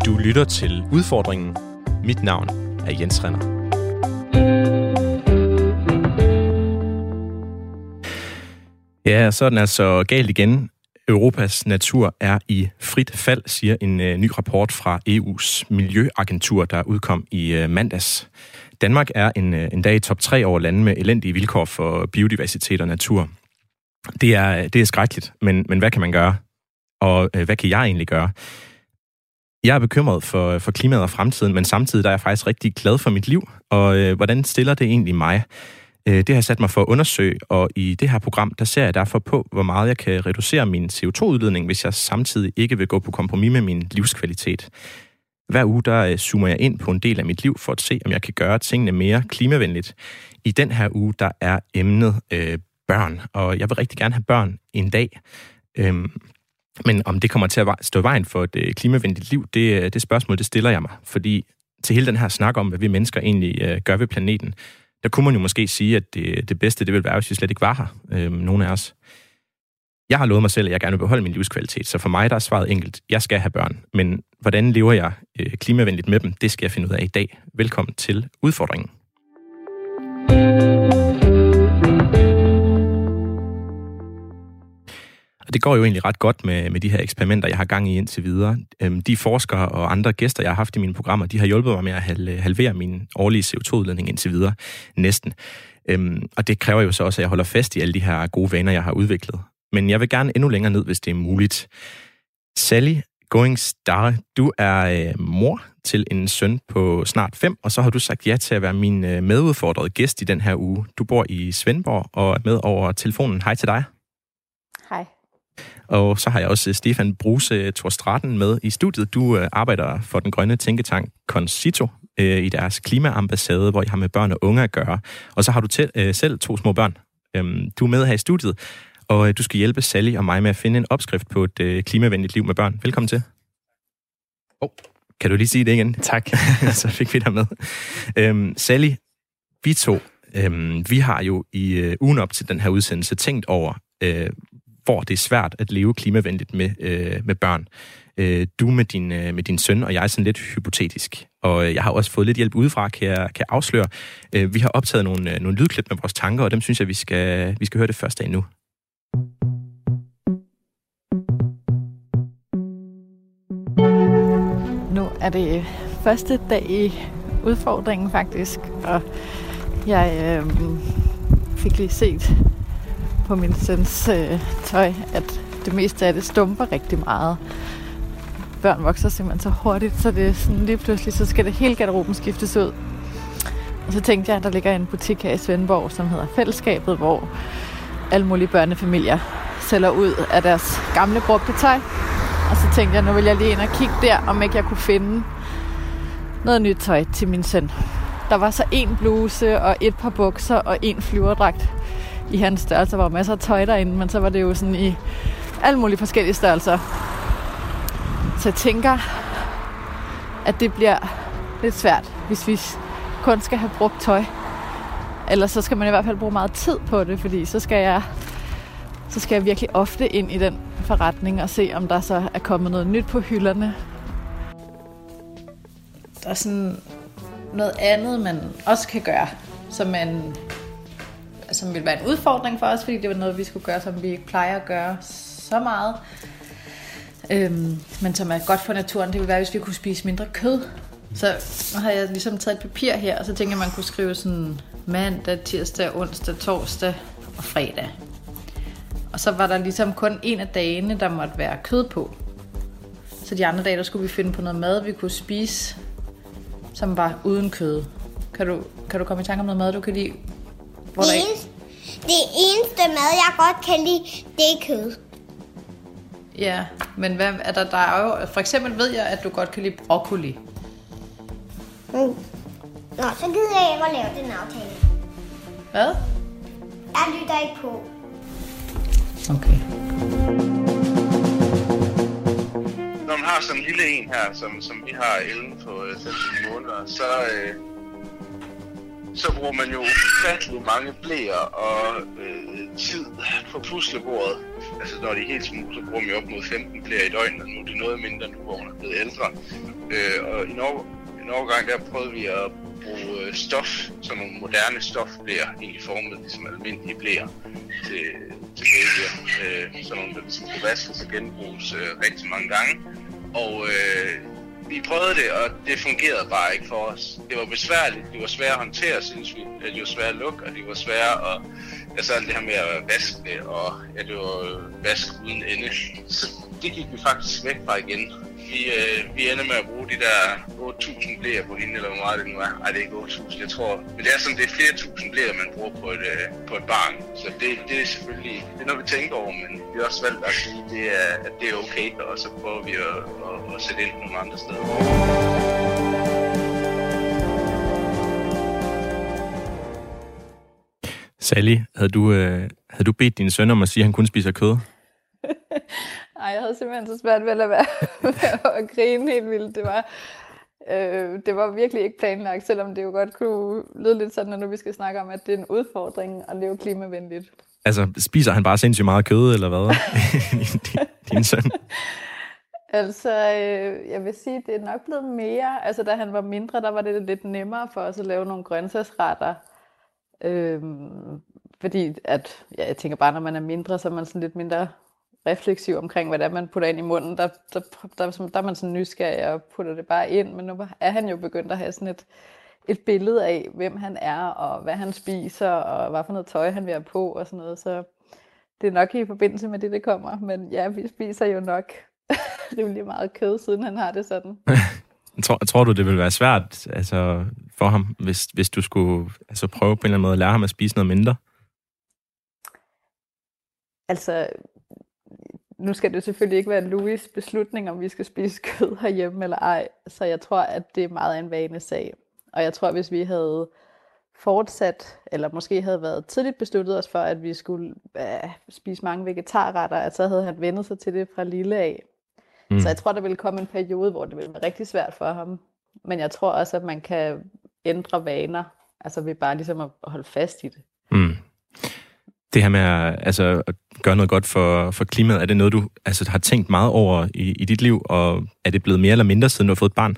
Du lytter til Udfordringen. Mit navn er Jens Renner. Ja, så er den altså galt igen. Europas natur er i frit fald, siger en ny rapport fra EU's Miljøagentur, der udkom i mandags. Danmark er en dag i top 3 over lande med elendige vilkår for biodiversitet og natur. Det er skrækkeligt, men hvad kan man gøre? Og hvad kan jeg egentlig gøre? Jeg er bekymret for klimaet og fremtiden, men samtidig er jeg faktisk rigtig glad for mit liv. Og hvordan stiller det egentlig mig? Det har jeg sat mig for at undersøge, og i det her program, der ser jeg derfor på, hvor meget jeg kan reducere min CO2-udledning, hvis jeg samtidig ikke vil gå på kompromis med min livskvalitet. Hver uge, der zoomer jeg ind på en del af mit liv, for at se, om jeg kan gøre tingene mere klimavenligt. I den her uge, der er emnet børn, og jeg vil rigtig gerne have børn en dag. Men om det kommer til at stå i vejen for et klimavenligt liv, det spørgsmål, det stiller jeg mig. Fordi til hele den her snak om, hvad vi mennesker egentlig gør ved planeten, der kunne man jo måske sige, at det bedste, det vil være, hvis vi slet ikke var her, nogen af os. Jeg har lovet mig selv, at jeg gerne vil beholde min livskvalitet, så for mig der er svaret enkelt. Jeg skal have børn, men hvordan lever jeg klimavenligt med dem, det skal jeg finde ud af i dag. Velkommen til Udfordringen. Og det går jo egentlig ret godt med de her eksperimenter, jeg har gang i indtil videre. De forskere og andre gæster, jeg har haft i mine programmer, de har hjulpet mig med at halvere min årlige CO2-udledning indtil videre. Næsten. Og det kræver jo så også, at jeg holder fast i alle de her gode vaner, jeg har udviklet. Men jeg vil gerne endnu længere ned, hvis det er muligt. Sally Going Star, du er mor til en søn på snart 5, og så har du sagt ja til at være min medudfordrede gæst i den her uge. Du bor i Svendborg og er med over telefonen. Hej til dig. Hej. Og så har jeg også Stefan Bruse Thorstraten med i studiet. Du arbejder for den grønne tænketank Concito i deres klimaambassade, hvor I har med børn og unge at gøre. Og så har du selv 2 små børn. Du er med her i studiet, og du skal hjælpe Sally og mig med at finde en opskrift på et klimavenligt liv med børn. Velkommen til. Kan du lige sige det igen? Tak. Så fik vi dig med. Sally, vi to, vi har jo i ugen op til den her udsendelse tænkt over, hvor det er svært at leve klimavenligt med børn. Du med din søn, og jeg er sådan lidt hypotetisk. Og jeg har også fået lidt hjælp udefra, kan jeg afsløre. Vi har optaget nogle lydklip med vores tanker, og dem synes jeg, vi skal høre det første af nu. Nu er det første dag i udfordringen faktisk, og jeg fik lige set på min søns tøj, at det meste af det stumper rigtig meget. Børn vokser simpelthen så hurtigt, så det er sådan lige pludselig, så skal det hele garderoben skiftes ud. Og så tænkte jeg, at der ligger en butik her i Svendborg, som hedder Fællesskabet, hvor alle mulige børnefamilier sælger ud af deres gamle brugte tøj. Og så tænkte jeg, nu vil jeg lige ind og kigge der, om ikke jeg kunne finde noget nyt tøj til min søn. Der var så 1 bluse og 1 par bukser og 1 flyverdragt i hans størrelse. Der var masser af tøj derinde, men så var det jo sådan i alle mulige forskellige størrelser. Så jeg tænker, at det bliver lidt svært, hvis vi kun skal have brugt tøj. Ellers så skal man i hvert fald bruge meget tid på det, fordi så skal jeg virkelig ofte ind i den forretning og se, om der så er kommet noget nyt på hylderne. Der er sådan noget andet, man også kan gøre, som vil være en udfordring for os, fordi det var noget, vi skulle gøre, som vi ikke plejer at gøre så meget. Men som er godt for naturen, det ville være, hvis vi kunne spise mindre kød. Så nu har jeg ligesom taget et papir her, og så tænker jeg, man kunne skrive sådan mandag, tirsdag, onsdag, torsdag og fredag. Og så var der ligesom kun en af dagene, der måtte være kød på. Så de andre dage, der skulle vi finde på noget mad, vi kunne spise, som var uden kød. Kan du komme i tanke om noget mad, du kan lide? Det eneste mad, jeg godt kan lide, det er kød. Ja, men hvad er der er jo... For eksempel ved jeg, at du godt kan lide broccoli. Nå, så gider jeg ikke at lave den aftale. Hvad? Jeg lytter ikke på. Okay. Når man har sådan en lille en her, som vi har Ellen på 15 måneder, så bruger man jo ufattelig mange blæer og tid på puslebordet. Altså når de er helt små, så bruger man jo op mod 15 blæer i døgnet, og nu er det noget mindre nu, hvor hun er blevet ældre. Og i en overgang der prøvede vi at bruge stof, sådan nogle moderne stofblæer, egentlig formet ligesom almindelige blæer til babyer. Sådan nogle, der ligesom kunne vaskes og genbruges rigtig mange gange. Og vi prøvede det, og det fungerede bare ikke for os. Det var besværligt, det var svært at håndtere, synes vi. Det var svært at lukke, og det var svært at... Altså alt det her med at vaske det, og ja, det var vask uden ende. Så det gik vi faktisk væk fra igen. Vi ender med at bruge de der 8.000 blæer på hende, eller hvor meget det nu er. Ej, det er ikke 8.000, jeg tror. Men det er sådan, det er flere tusind blæer, man bruger på et barn. Så det er selvfølgelig, det er noget, vi tænker over, men vi har også valgt at sige, at det er okay, og så prøver vi at sætte ind nogle andre steder. Sally, havde du bedt din søn om at sige, at han kun spiser kød? Nej, jeg havde simpelthen så svært ved at lade være at grine helt vildt. Det var virkelig ikke planlagt, selvom det jo godt kunne lyde lidt sådan, når nu vi skal snakke om, at det er en udfordring at leve klimavenligt. Altså, spiser han bare sindssygt meget kød, eller hvad? Din søn? Altså, jeg vil sige, det er nok blevet mere. Altså, da han var mindre, der var det lidt nemmere for os at lave nogle grøntsagsretter. Fordi at, ja, jeg tænker bare, når man er mindre, så er man sådan lidt mindre refleksiv omkring, hvad det er, man putter ind i munden. Der er man sådan nysgerrig og putter det bare ind, men nu er han jo begyndt at have sådan et billede af, hvem han er, og hvad han spiser, og hvad for noget tøj han vil have på, og sådan noget. Så det er nok i forbindelse med det kommer. Men ja, vi spiser jo nok rimelig meget kød, siden han har det sådan. Tror du, det vil være svært altså, for ham, hvis du skulle altså, prøve på en eller anden måde at lære ham at spise noget mindre? Altså, nu skal det selvfølgelig ikke være Louis' beslutning, om vi skal spise kød herhjemme eller ej. Så jeg tror, at det er meget en vanesag. Og jeg tror, hvis vi havde fortsat, eller måske havde været tidligt besluttet os for, at vi skulle spise mange vegetarretter, at så havde han vendt sig til det fra lille af. Så jeg tror, der ville komme en periode, hvor det ville være rigtig svært for ham. Men jeg tror også, at man kan ændre vaner, altså ved bare ligesom at holde fast i det. Det her med at gøre noget godt for klimaet, er det noget, du har tænkt meget over i dit liv, og er det blevet mere eller mindre, siden du har fået et barn?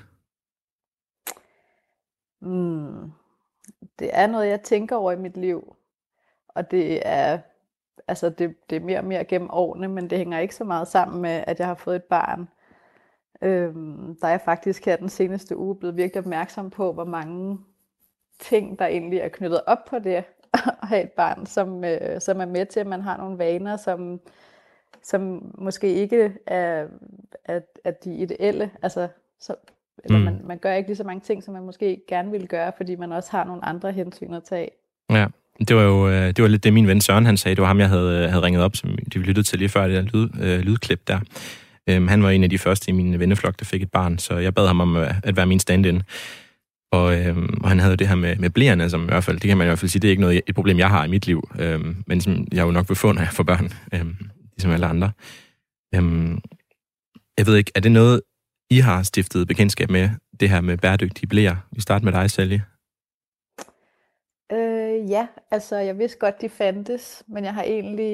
Det er noget, jeg tænker over i mit liv, og det er mere og mere gennem årene, men det hænger ikke så meget sammen med, at jeg har fået et barn. Der er jeg faktisk her den seneste uge blevet virkelig opmærksom på, hvor mange ting, der egentlig er knyttet op på det at have et barn, som er med til, at man har nogle vaner, som måske ikke er de ideelle. Altså, man gør ikke lige så mange ting, som man måske gerne ville gøre, fordi man også har nogle andre hensyn at tage. Ja. Det var lidt det, min ven Søren han sagde. Det var ham, jeg havde ringet op, som vi lyttede til lige før det der lydklip der. Han var en af de første i min venneflok, der fik et barn, så jeg bad ham om at være min stand-in. Og han havde jo det her med blærerne, som i hvert fald, det kan man i hvert fald sige, det er ikke et problem, jeg har i mit liv, men som jeg jo nok vil få, når jeg får børn, ligesom alle andre. Jeg ved ikke, er det noget, I har stiftet bekendtskab med, det her med bæredygtige bleer? Vi starter med dig, Sally. Ja, altså jeg vidste godt, de fandtes, men jeg har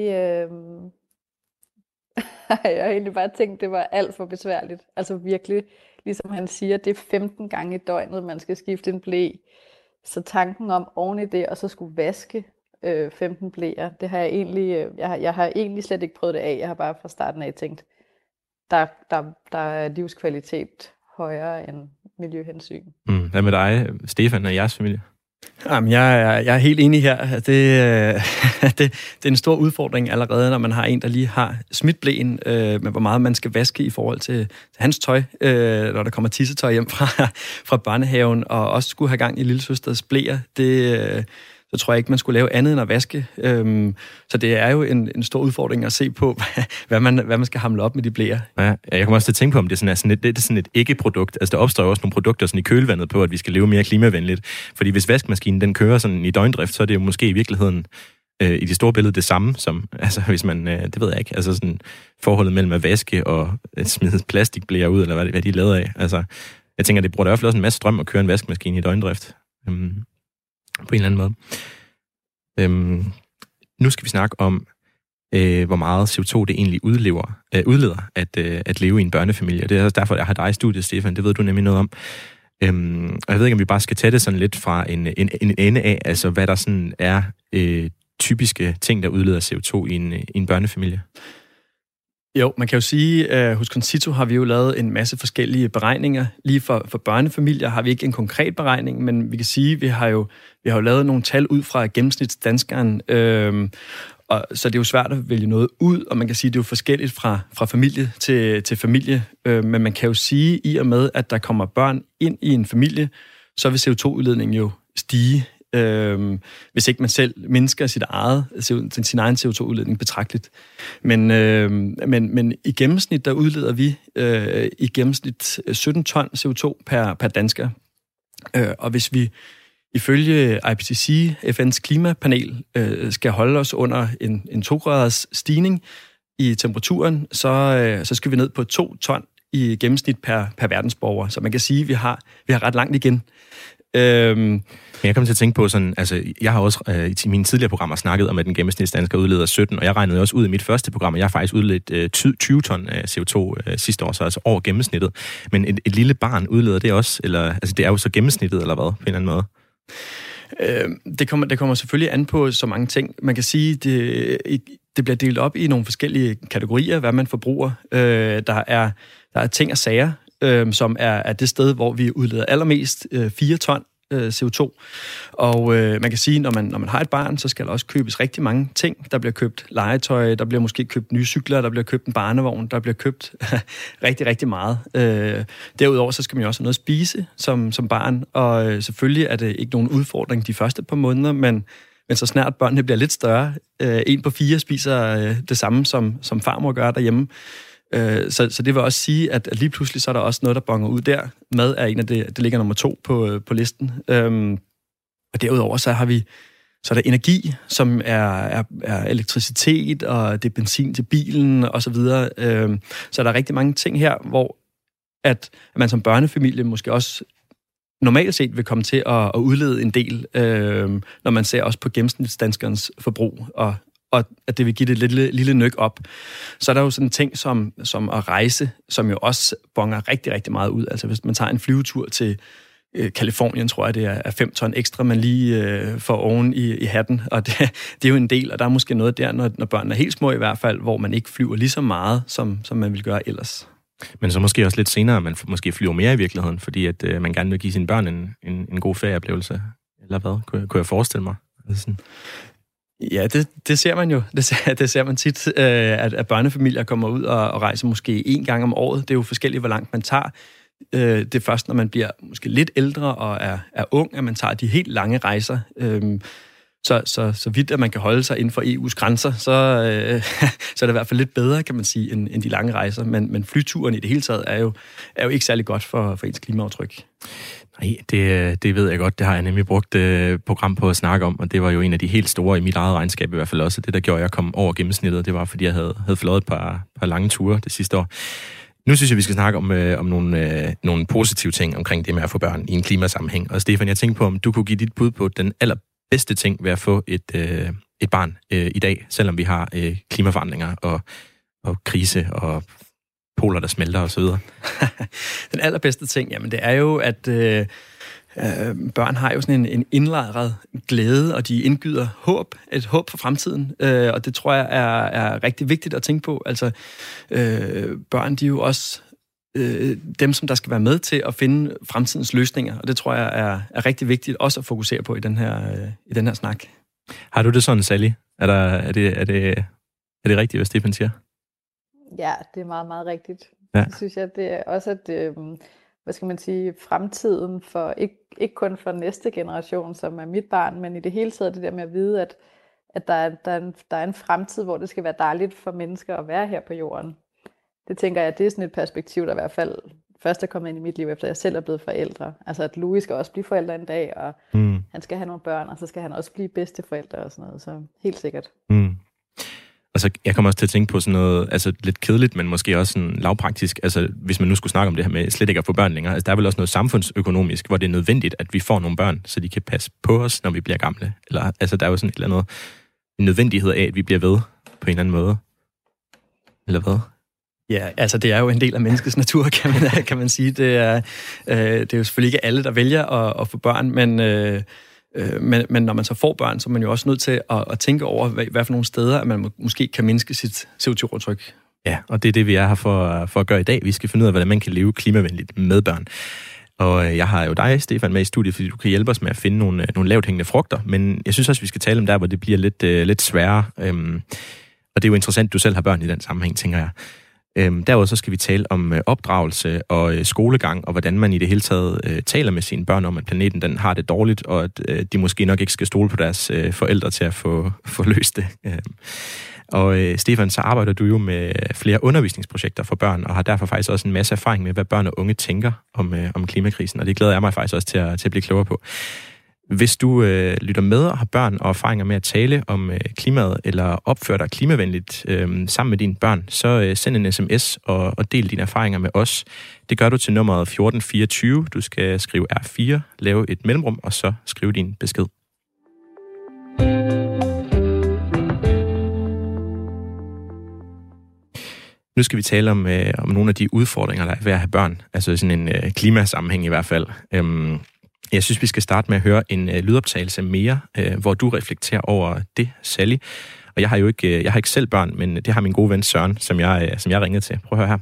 egentlig bare tænkt, det var alt for besværligt. Altså virkelig, ligesom han siger, det er 15 gange i døgnet, man skal skifte en ble. Så tanken om oven i det, og så skulle vaske 15 bleer, det har jeg har egentlig slet ikke prøvet det af. Jeg har bare fra starten af tænkt, der er livskvalitet højere end miljøhensyn. Hvad med dig, Stefan, og jeres familie? Jamen, jeg er helt enig her. Det er en stor udfordring allerede, når man har en, der lige har smidt bleen, med hvor meget man skal vaske i forhold til hans tøj, når der kommer tissetøj hjem fra børnehaven, og også skulle have gang i lillesøsters bleer. Så tror jeg ikke, man skulle lave andet end at vaske. Så det er jo en stor udfordring at se på, hvad man skal hamle op med de bleer. Ja, jeg kommer også til at tænke på, om det er sådan et ikke-produkt. Altså, der opstår jo også nogle produkter sådan i kølvandet på, at vi skal leve mere klimavenligt. Fordi hvis vaskemaskinen den kører sådan i døgndrift, så er det jo måske i virkeligheden i det store billede det samme, som altså, hvis man, det ved jeg ikke, altså sådan forholdet mellem at vaske og at smide plastikbleer ud, eller hvad de er lavet af. Altså, jeg tænker, det bruger da i hvert fald også en masse strøm at køre en vaskemaskine i døgndrift. på en eller anden måde. Nu skal vi snakke om, hvor meget CO2 det egentlig udleder at leve i en børnefamilie. Det er også derfor, jeg har dig i studiet, Stefan. Det ved du nemlig noget om. Og jeg ved ikke, om vi bare skal tage det sådan lidt fra en ende af, altså hvad der sådan er typiske ting, der udleder CO2 i en børnefamilie. Jo, man kan jo sige, at hos Concito har vi jo lavet en masse forskellige beregninger. Lige for børnefamilier har vi ikke en konkret beregning, men vi kan sige, at vi har jo lavet nogle tal ud fra gennemsnitsdanskeren, og så det er jo svært at vælge noget ud, og man kan sige, at det er jo forskelligt fra familie til familie, men man kan jo sige, i og med, at der kommer børn ind i en familie, så vil CO2-udledningen jo stige, hvis ikke man selv mindsker sin egen CO2-udledning betragteligt. Men i gennemsnit, der udleder vi i gennemsnit 17 ton CO2 per dansker. Og hvis vi ifølge IPCC, FN's klimapanel, skal holde os under en 2-graders stigning i temperaturen, så skal vi ned på 2 ton i gennemsnit per verdensborger. Så man kan sige, at vi har ret langt igen. Jeg kom til at tænke på sådan, altså jeg har også i mine tidligere programmer snakket om, at den gennemsnitsdansker udleder 17, og jeg regnede også ud i mit første program, at jeg har faktisk udledt 20 ton CO2 sidste år, så altså over gennemsnittet. Men et lille barn udleder det også, eller altså det er jo så gennemsnittet, eller hvad, på en eller anden måde? Det kommer selvfølgelig an på så mange ting. Man kan sige, det bliver delt op i nogle forskellige kategorier, hvad man forbruger. Der er ting og sager, som er det sted, hvor vi udleder allermest 4 ton CO2. Og man kan sige, når man har et barn, så skal der også købes rigtig mange ting. Der bliver købt legetøj, der bliver måske købt nye cykler, der bliver købt en barnevogn, der bliver købt rigtig, rigtig meget. Derudover så skal man jo også have noget at spise som barn, og selvfølgelig er det ikke nogen udfordring de første par måneder, men så snart børnene bliver lidt større, 1 på 4 spiser det samme, som farmor gør derhjemme. Så det vil også sige, at lige pludselig så er der også noget, der bonger ud der. Mad er en af det ligger nummer 2 på listen. Og derudover så er der energi, som er elektricitet, og det er benzin til bilen, og så videre. Så der er rigtig mange ting her, hvor at man som børnefamilie måske også normalt set vil komme til at udlede en del, når man ser også på gennemsnitsdanskernes forbrug, og at det vil give det lille nøk op. Så er der jo sådan en ting som at rejse, som jo også bonger rigtig, rigtig meget ud. Altså hvis man tager en flyvetur til Californien, tror jeg, det er 5 ton ekstra, man lige får oven i hatten. Og det er jo en del, og der er måske noget der, når børnene er helt små i hvert fald, hvor man ikke flyver lige så meget, som man vil gøre ellers. Men så måske også lidt senere, man måske flyver mere i virkeligheden, fordi at man gerne vil give sine børn en god ferieoplevelse. Eller hvad? Kunne jeg forestille mig? Sådan. Ja, det ser man jo. Det ser man tit, at børnefamilier kommer ud og rejser måske 1 gang om året. Det er jo forskelligt, hvor langt man tager. Det er først, når man bliver måske lidt ældre og er ung, at man tager de helt lange rejser. Så vidt, at man kan holde sig inden for EU's grænser, så er det i hvert fald lidt bedre, kan man sige, end de lange rejser. Men flyturen i det hele taget er jo ikke særlig godt for ens klimaaftryk. Nej, det ved jeg godt. Det har jeg nemlig brugt program på at snakke om, og det var jo en af de helt store i mit eget regnskab i hvert fald også. Det, der gjorde, at jeg kom over gennemsnittet, det var, fordi jeg havde fløjet et par lange ture det sidste år. Nu synes jeg, vi skal snakke om nogle positive ting omkring det med at få børn i en klimasammenhæng. Og Stefan, jeg tænkte på, om du kunne give dit bud på den allerbedste ting ved at få et barn i dag, selvom vi har klimaforandringer og krise og poler, der smelter osv. Den allerbedste ting, jamen det er jo, at børn har jo sådan en indlejret glæde, og de indgyder håb, et håb for fremtiden, og det tror jeg er rigtig vigtigt at tænke på. Altså, børn, de er jo også dem, som der skal være med til at finde fremtidens løsninger, og det tror jeg er rigtig vigtigt også at fokusere på i den her snak. Har du det sådan, Sally? Er det rigtigt, hvad Stefan siger? Ja, det er meget, meget rigtigt. Ja. Så synes jeg, det er også, at hvad skal man sige, fremtiden for, ikke kun for næste generation, som er mit barn, men i det hele taget det der med at vide, at der er en fremtid, hvor det skal være dejligt for mennesker at være her på jorden. Det tænker jeg, det er sådan et perspektiv, der i hvert fald først er kommet ind i mit liv, efter jeg selv er blevet forældre. Altså at Louis skal også blive forældre en dag, og han skal have nogle børn, og så skal han også blive bedsteforældre og sådan noget, så helt sikkert. Mm. Altså, jeg kommer også til at tænke på sådan noget, altså lidt kedeligt, men måske også sådan lavpraktisk. Altså, hvis man nu skulle snakke om det her med slet ikke at få børn længere. Altså, der er vel også noget samfundsøkonomisk, hvor det er nødvendigt, at vi får nogle børn, så de kan passe på os, når vi bliver gamle. Eller, altså, der er jo sådan et eller andet en nødvendighed af, at vi bliver ved på en eller anden måde. Eller hvad? Ja, altså det er jo en del af menneskets natur, kan man sige. Det er jo selvfølgelig ikke alle, der vælger at få børn, men når man så får børn, så er man jo også nødt til at tænke over, hvad for nogle steder, at man måske kan mindske sit CO2-aftryk. Ja, og det er det, vi er her for at gøre i dag. Vi skal finde ud af, hvordan man kan leve klimavenligt med børn. Og jeg har jo dig, Stefan, med i studiet, fordi du kan hjælpe os med at finde nogle lavt hængende frugter. Men jeg synes også, vi skal tale om der, hvor det bliver lidt sværere. Og det er jo interessant, at du selv har børn i den sammenhæng, tænker jeg. Derudover så skal vi tale om opdragelse og skolegang, og hvordan man i det hele taget taler med sine børn om, at planeten den har det dårligt, og at de måske nok ikke skal stole på deres forældre til at få løst det. Og Stefan, så arbejder du jo med flere undervisningsprojekter for børn, og har derfor faktisk også en masse erfaring med, hvad børn og unge tænker om klimakrisen, og det glæder jeg mig faktisk også til at blive klogere på. Hvis du lytter med og har børn og erfaringer med at tale om klimaet, eller opfører dig klimavenligt sammen med dine børn, så send en sms og del dine erfaringer med os. Det gør du til nummeret 1424. Du skal skrive R4, lave et mellemrum, og så skrive din besked. Nu skal vi tale om nogle af de udfordringer, der er ved at have børn. Altså sådan en klimasammenhæng i hvert fald. Jeg synes, vi skal starte med at høre en lydoptagelse mere, hvor du reflekterer over det, Sally. Og jeg har ikke selv børn, men det har min gode ven Søren, som jeg ringede til. Prøv at høre her.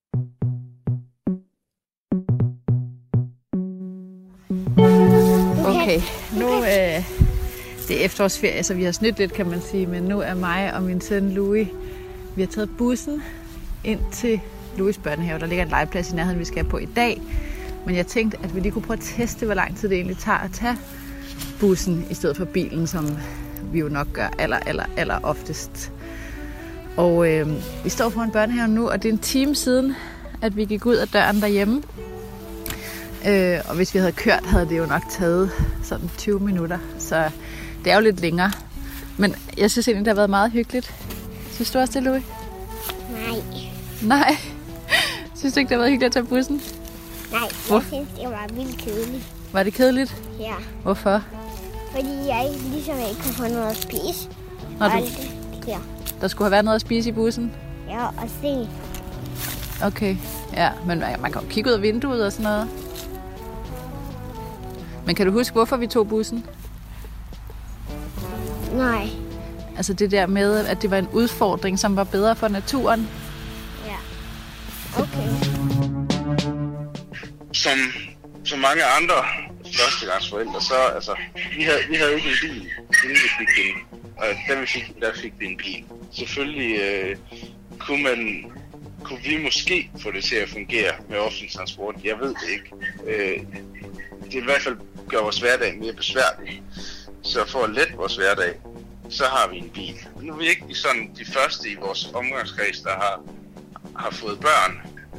Okay, nu det er efterårsferie, så vi har snydt lidt, kan man sige. Men nu er mig og min søn Louis, vi har taget bussen ind til Louis' børnehave. Der ligger en legeplads i nærheden, vi skal på i dag. Men jeg tænkte, at vi lige kunne prøve at teste, hvor lang tid det egentlig tager at tage bussen, i stedet for bilen, som vi jo nok gør aller oftest. Og vi står foran børnehaven nu, og det er en time siden, at vi gik ud af døren derhjemme. Og hvis vi havde kørt, havde det jo nok taget sådan 20 minutter. Så det er jo lidt længere. Men jeg synes egentlig, det har været meget hyggeligt. Synes du også det, Louis? Nej. Synes du ikke, det har været hyggeligt at tage bussen? Nej, jeg synes, det var vildt kedeligt. Var det kedeligt? Ja. Hvorfor? Fordi jeg ikke kunne få noget at spise. Ja. Der skulle have været noget at spise i bussen? Ja, og se. Okay, ja, men man kan jo kigge ud af vinduet og sådan noget. Men kan du huske, hvorfor vi tog bussen? Nej. Altså det der med, at det var en udfordring, som var bedre for naturen? Ja. Okay. Som mange andre førstegangsforældre, så altså, vi havde ikke en bil, inden vi fik den. Og da vi fik den, der fik vi en bil. Selvfølgelig kunne vi måske få det til at fungere med offentlig transport. Jeg ved det ikke. Det i hvert fald gør vores hverdag mere besværlig. Så for at lette vores hverdag, så har vi en bil. Nu er vi ikke sådan de første i vores omgangskreds, der har fået børn.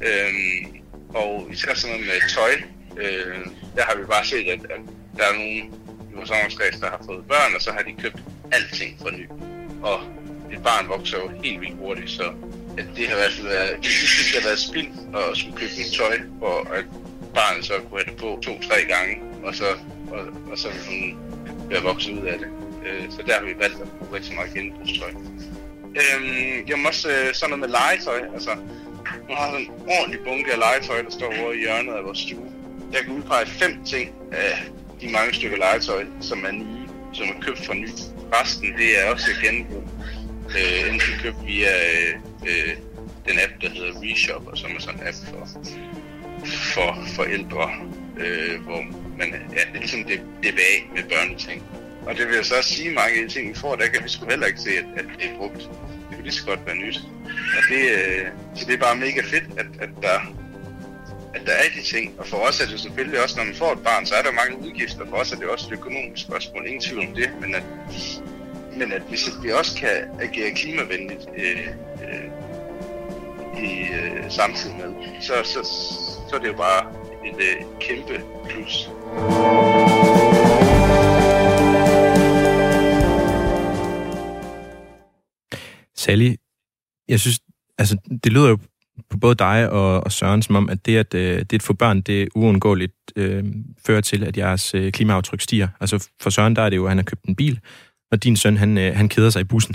Og især sådan noget med tøj. Der har vi bare set, at der er nogen i vores omgangskreds, der har fået børn, og så har de købt alting fra ny. Og et barn vokser jo helt vildt hurtigt, så at det har i hvert fald været, jeg synes, det har været spild at skulle købe nyt tøj, og at barnet så kunne have det på 2-3 gange, og så vil hun være vokset ud af det. Så der har vi valgt at bruge rigtig meget genbrugstøj. Jeg må også sådan noget med legetøj, altså nu har sådan en ordentlig bunke af legetøj, der står over i hjørnet af vores stue. Jeg kan udpege 5 ting af de mange stykker legetøj, som er nye, som er købt for nyt. Resten, det er også genbrug. Enten købt via den app, der hedder Reshopper, som er sådan en app for forældre, hvor man det er ligesom DBA med børneting. Og det vil jeg så også sige, mange af de ting, vi får, der kan vi sgu heller ikke se, at det er brugt. Det kan lige så godt være nyt. Og så det er bare mega fedt, at der er de ting. Og for os er det selvfølgelig også, når man får et barn, så er der mange udgifter. For os er det også et økonomisk spørgsmål, ingen tvivl om det. Men at hvis vi også kan agere klimavenligt samtidig med, så er det jo bare et kæmpe plus. Sally, jeg synes, altså det lyder jo på både dig og Søren som om, at det at få børn, det uundgåeligt fører til, at jeres klimaaftryk stiger. Altså for Søren, der er det jo, at han har købt en bil, og din søn, han keder sig i bussen.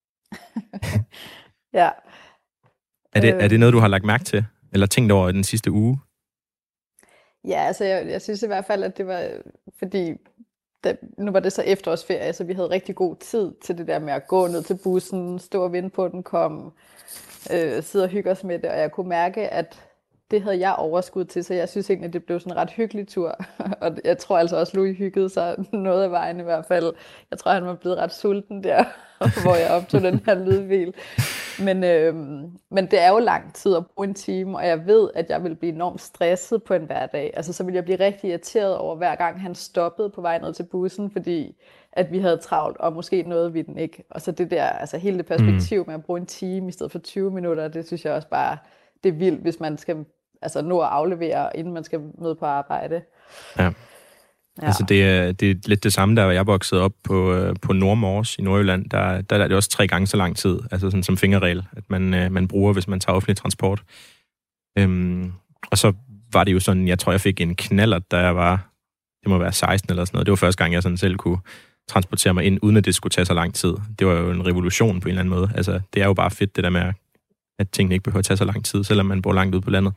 Ja. Er det noget, du har lagt mærke til, eller tænkt over den sidste uge? Ja, altså jeg synes i hvert fald, at det var, fordi nu var det så efterårsferie, så vi havde rigtig god tid til det der med at gå ned til bussen, stå og vente på den kom, sidde og hygge os med det, og jeg kunne mærke, at det havde jeg overskud til, så jeg synes egentlig, det blev sådan en ret hyggelig tur. Og jeg tror altså også, Louis hyggede sig noget af vejen i hvert fald. Jeg tror, han var blevet ret sulten der, hvor jeg optog den her lydhvil. Men det er jo lang tid at bruge en time, og jeg ved, at jeg vil blive enormt stresset på en hverdag. Altså så ville jeg blive rigtig irriteret over, hver gang han stoppede på vej ned til bussen, fordi at vi havde travlt, og måske nåede vi den ikke. Og så det der, altså hele det perspektiv med at bruge en time i stedet for 20 minutter, det synes jeg også bare, det er vildt, hvis man skal nå at aflevere, inden man skal møde på arbejde. Ja. Altså det er lidt det samme, der jeg voksede op på Nordmors i Nordjylland. Der er det også 3 gange så lang tid, altså sådan som fingerregel, at man bruger, hvis man tager offentlig transport. Og så var det jo sådan, jeg tror, jeg fik en knallert, da jeg var, det må være 16 eller sådan noget. Det var første gang, jeg sådan selv kunne transportere mig ind, uden at det skulle tage så lang tid. Det var jo en revolution på en eller anden måde. Altså, det er jo bare fedt, det der med, at tingene ikke behøver at tage så lang tid, selvom man bor langt ude på landet.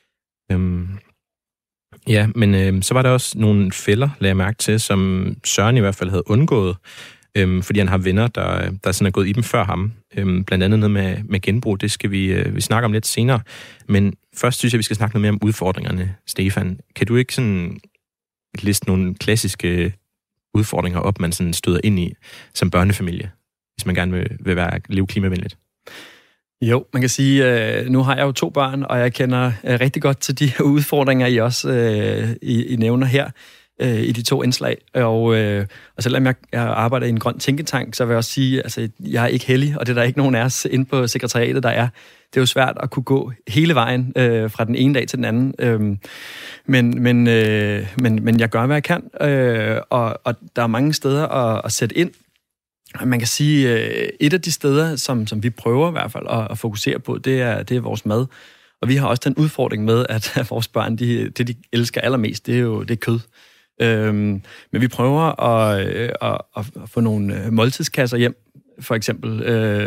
Ja, men så var der også nogle fælder, lagde jeg mærke til, som Søren i hvert fald havde undgået, fordi han har venner, der sådan er gået i dem før ham. Blandt andet noget med genbrug, det skal vi snakke om lidt senere. Men først synes jeg, vi skal snakke noget mere om udfordringerne, Stefan. Kan du ikke sådan liste nogle klassiske udfordringer op, man sådan støder ind i som børnefamilie, hvis man gerne vil leve klimavenligt? Jo, man kan sige, nu har jeg jo 2 børn, og jeg kender rigtig godt til de udfordringer, I også I nævner her i de 2 indslag. Og selvom jeg arbejder i en grøn tænketank, så vil jeg også sige, altså jeg er ikke heldig, og det er der ikke nogen af os inde på sekretariatet, der er. Det er jo svært at kunne gå hele vejen fra den ene dag til den anden. Men jeg gør, hvad jeg kan, og der er mange steder at sætte ind. Man kan sige, et af de steder, som vi prøver i hvert fald at fokusere på, det er vores mad. Og vi har også den udfordring med, at vores børn, det de elsker allermest, det er kød. Men vi prøver at få nogle måltidskasser hjem, for eksempel,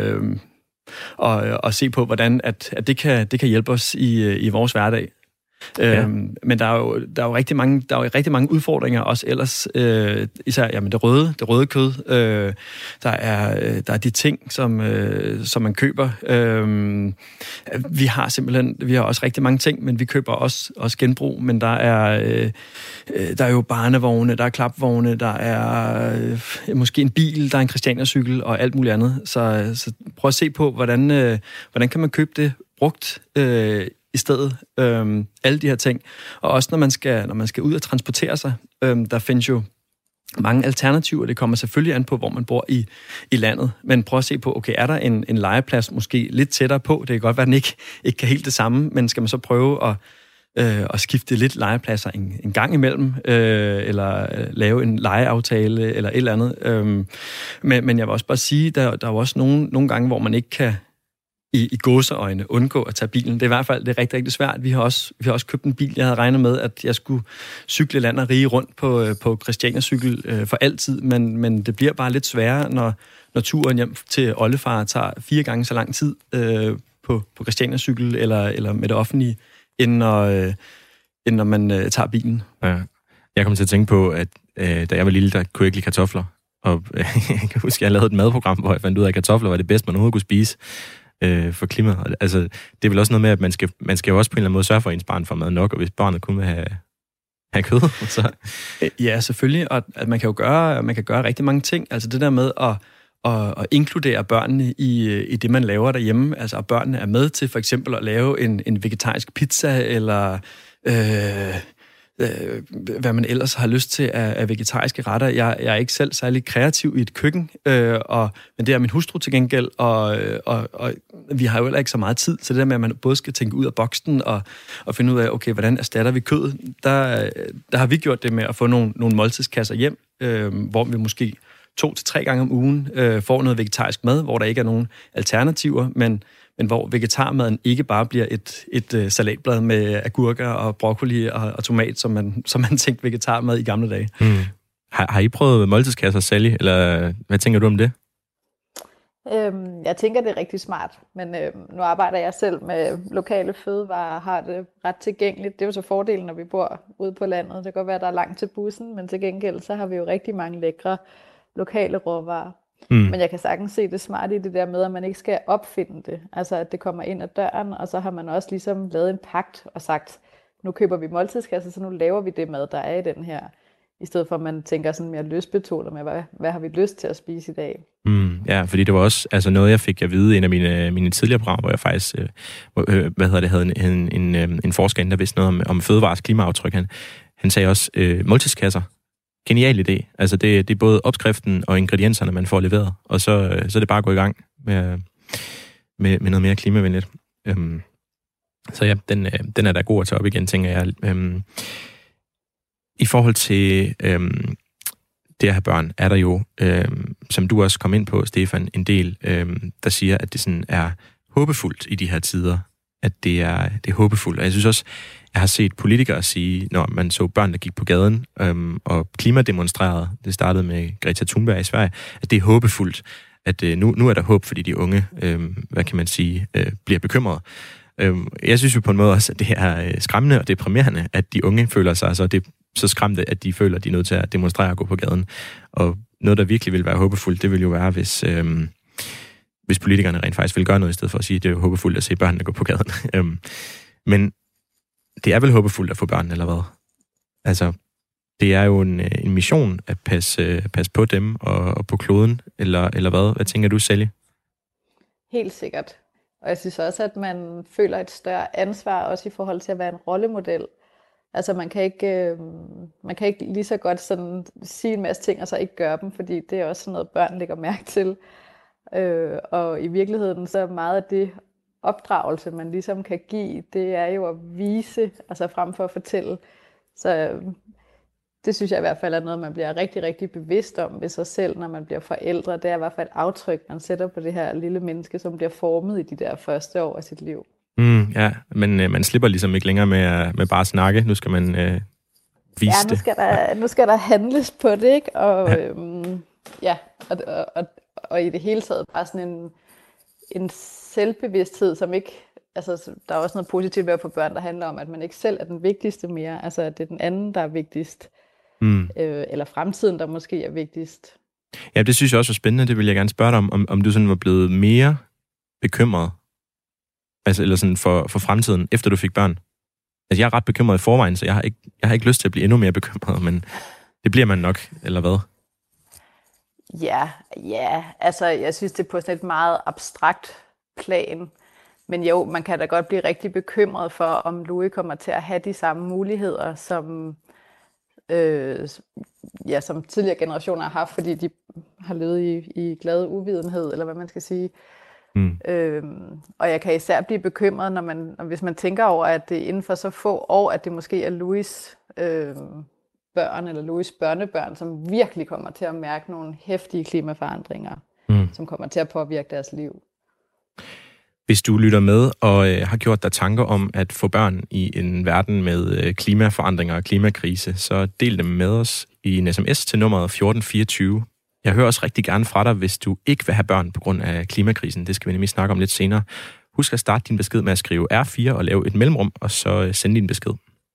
og se på, hvordan at det kan hjælpe os i vores hverdag. Ja. Men der er jo rigtig mange udfordringer også ellers, især jamen det røde kød. Der er de ting som man køber. Vi har også rigtig mange ting, men vi køber også genbrug. Men der er jo barnevogne, der er klapvogne, der er måske en bil, der er en Christiania-cykel og alt muligt andet. Så prøv at se på hvordan kan man købe det brugt i stedet. Alle de her ting. Og også når man skal ud og transportere sig, der findes jo mange alternativer. Det kommer selvfølgelig an på, hvor man bor i landet. Men prøv at se på, okay, er der en legeplads måske lidt tættere på? Det kan godt være, at den ikke kan helt det samme, men skal man så prøve at skifte lidt legepladser en gang imellem, eller lave en legeaftale, eller et eller andet. Men jeg vil også bare sige, der er jo også nogle gange, hvor man ikke kan i gåseøjne undgå at tage bilen. Det er i hvert fald det er rigtig, rigtig svært. Vi har også købt en bil. Jeg havde regnet med, at jeg skulle cykle land og rige rundt på Christiania-cykel for altid, men det bliver bare lidt sværere, når turen hjem til oldefar tager 4 gange så lang tid på Christiania-cykel eller med det offentlige, end når man tager bilen. Ja. Jeg kom til at tænke på, at da jeg var lille, der kunne jeg ikke lide kartofler. Og jeg kan huske, at jeg lavede et madprogram, hvor jeg fandt ud af, at kartofler var det bedste, man overhovedet kunne spise for klimaet. Altså, det er vel også noget med, at man skal jo også på en eller anden måde sørge for, at ens barn får mad nok, og hvis barnet kun vil have kød, så... Ja, selvfølgelig, og at man kan gøre rigtig mange ting. Altså det der med at inkludere børnene i det, man laver derhjemme. Altså, at børnene er med til for eksempel at lave en vegetarisk pizza, eller hvad man ellers har lyst til af vegetariske retter. Jeg er ikke selv særlig kreativ i et køkken, men det er min hustru til gengæld, og vi har jo heller ikke så meget tid, så det der med, at man både skal tænke ud af boksen og finde ud af, okay, hvordan erstatter vi kød, der har vi gjort det med at få nogle måltidskasser hjem, hvor vi måske 2 til 3 gange om ugen får noget vegetarisk mad, hvor der ikke er nogen alternativer, men hvor vegetarmaden ikke bare bliver et salatblad med agurker og broccoli og tomat, som man tænkte vegetarmad i gamle dage. Har I prøvet måltidskasser, Sally, eller hvad tænker du om det? Jeg tænker, det er rigtig smart, men nu arbejder jeg selv med lokale fødevarer og har det ret tilgængeligt. Det er jo så fordelen, når vi bor ude på landet. Det kan godt være, at der er langt til bussen, men til gengæld så har vi jo rigtig mange lækre lokale råvarer. Men jeg kan sagtens se det smarte i det der med, at man ikke skal opfinde det. Altså, at det kommer ind ad døren, og så har man også ligesom lavet en pagt og sagt, nu køber vi måltidskasser, så nu laver vi det mad, der er i den her. I stedet for, at man tænker sådan mere lystbetonet med, hvad har vi lyst til at spise i dag? Ja, fordi det var også noget, jeg fik at vide i en af mine tidligere programmer, hvor jeg faktisk havde en forsker, der vidste noget om fødevares klimaaftryk. Han sagde også, måltidskasser, genial idé. Altså det er både opskriften og ingredienserne, man får leveret, og så er det bare at gå i gang med noget mere klimavenligt. Så ja, den er da god at tage op igen, tænker jeg. I forhold til det at have børn, er der jo, som du også kom ind på, Stefan, en del, der siger, at det sådan er håbefuldt i de her tider. At det er håbefuldt. Og jeg synes også, jeg har set politikere sige, når man så børn, der gik på gaden og klimademonstrerede, det startede med Greta Thunberg i Sverige, at det er håbefuldt, at nu er der håb, fordi de unge, bliver bekymrede. Jeg synes jo på en måde også, at det er skræmmende og deprimerende, at de unge føler sig så skræmte, at de føler, at de er nødt til at demonstrere og gå på gaden. Og noget, der virkelig vil være håbefuldt, det vil jo være, hvis politikerne rent faktisk vil gøre noget, i stedet for at sige, at det er håbefuldt at se børnene gå på gaden. Men det er vel håbefuldt at få børn, eller hvad? Altså, det er jo en mission at passe på dem og på kloden, eller hvad? Hvad tænker du, Sally? Helt sikkert. Og jeg synes også, at man føler et større ansvar, også i forhold til at være en rollemodel. Altså man kan ikke lige så godt sådan sige en masse ting, og så ikke gøre dem, fordi det er også sådan noget, børn lægger mærke til. Og i virkeligheden, så meget af det opdragelse, man ligesom kan give, det er jo at vise, altså frem for at fortælle. Så det synes jeg i hvert fald er noget, man bliver rigtig, rigtig bevidst om ved sig selv, når man bliver forældre. Det er i hvert fald et aftryk, man sætter på det her lille menneske, som bliver formet i de der første år af sit liv. Ja, men man slipper ligesom ikke længere med bare at snakke. Nu skal man vise det. Nu skal der handles på det, ikke? Og og i det hele taget bare sådan en selvbevidsthed, som ikke... Altså, der er også noget positivt ved at få børn, der handler om, at man ikke selv er den vigtigste mere. Altså, at det er den anden, der er vigtigst. Eller fremtiden, der måske er vigtigst. Ja, det synes jeg også var spændende. Det vil jeg gerne spørge dig om du sådan var blevet mere bekymret, altså, eller sådan for fremtiden, efter du fik børn. Altså, jeg er ret bekymret i forvejen, så jeg har ikke lyst til at blive endnu mere bekymret, men det bliver man nok, eller hvad? Ja, altså, jeg synes, det er på sådan et meget abstrakt plan. Men jo, man kan da godt blive rigtig bekymret for, om Louis kommer til at have de samme muligheder, som tidligere generationer har haft, fordi de har levet i glad uvidenhed, eller hvad man skal sige. Og jeg kan især blive bekymret, hvis man tænker over, at det inden for så få år, at det måske er Louis børn eller Louis børnebørn, som virkelig kommer til at mærke nogle heftige klimaforandringer, som kommer til at påvirke deres liv. Hvis du lytter med og har gjort dig tanker om at få børn i en verden med klimaforandringer og klimakrise, så del dem med os i en sms til nummeret 1424. Jeg hører også rigtig gerne fra dig, hvis du ikke vil have børn på grund af klimakrisen. Det skal vi nemlig snakke om lidt senere. Husk at starte din besked med at skrive R4 og lave et mellemrum, og så sende din besked.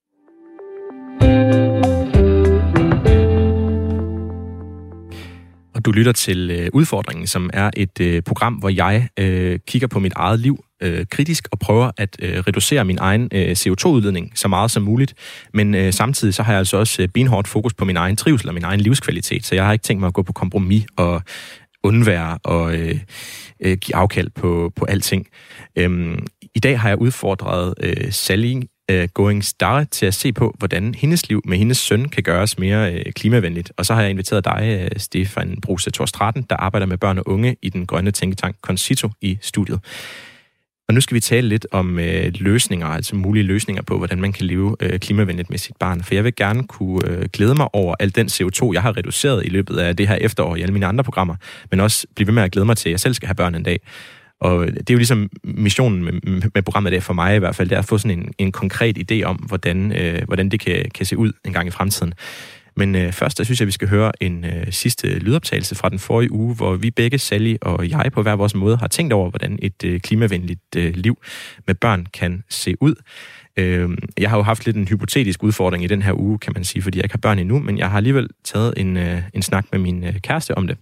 Og du lytter til Udfordringen, som er et program, hvor jeg kigger på mit eget liv kritisk og prøver at reducere min egen CO2-udledning så meget som muligt. Men samtidig så har jeg altså også benhårdt fokus på min egen trivsel og min egen livskvalitet, så jeg har ikke tænkt mig at gå på kompromis og undvære og give afkald på alting. I dag har jeg udfordret Sally Going Star til at se på, hvordan hendes liv med hendes søn kan gøres mere klimavenligt. Og så har jeg inviteret dig, Stefan Bruse Thorstraten, der arbejder med børn og unge i den grønne tænketank Concito i studiet. Og nu skal vi tale lidt om løsninger, altså mulige løsninger på, hvordan man kan leve klimavenligt med sit barn. For jeg vil gerne kunne glæde mig over al den CO2, jeg har reduceret i løbet af det her efterår i alle mine andre programmer, men også blive ved med at glæde mig til, at jeg selv skal have børn en dag. Og det er jo ligesom missionen med programmet der for mig i hvert fald, det er at få sådan en konkret idé om, hvordan det kan se ud en gang i fremtiden. Men først, der synes jeg, vi skal høre en sidste lydoptagelse fra den forrige uge, hvor vi begge, Sally og jeg, på hver vores måde har tænkt over, hvordan et klimavenligt liv med børn kan se ud. Jeg har jo haft lidt en hypotetisk udfordring i den her uge, kan man sige, fordi jeg ikke har børn endnu, men jeg har alligevel taget en snak med min kæreste om det.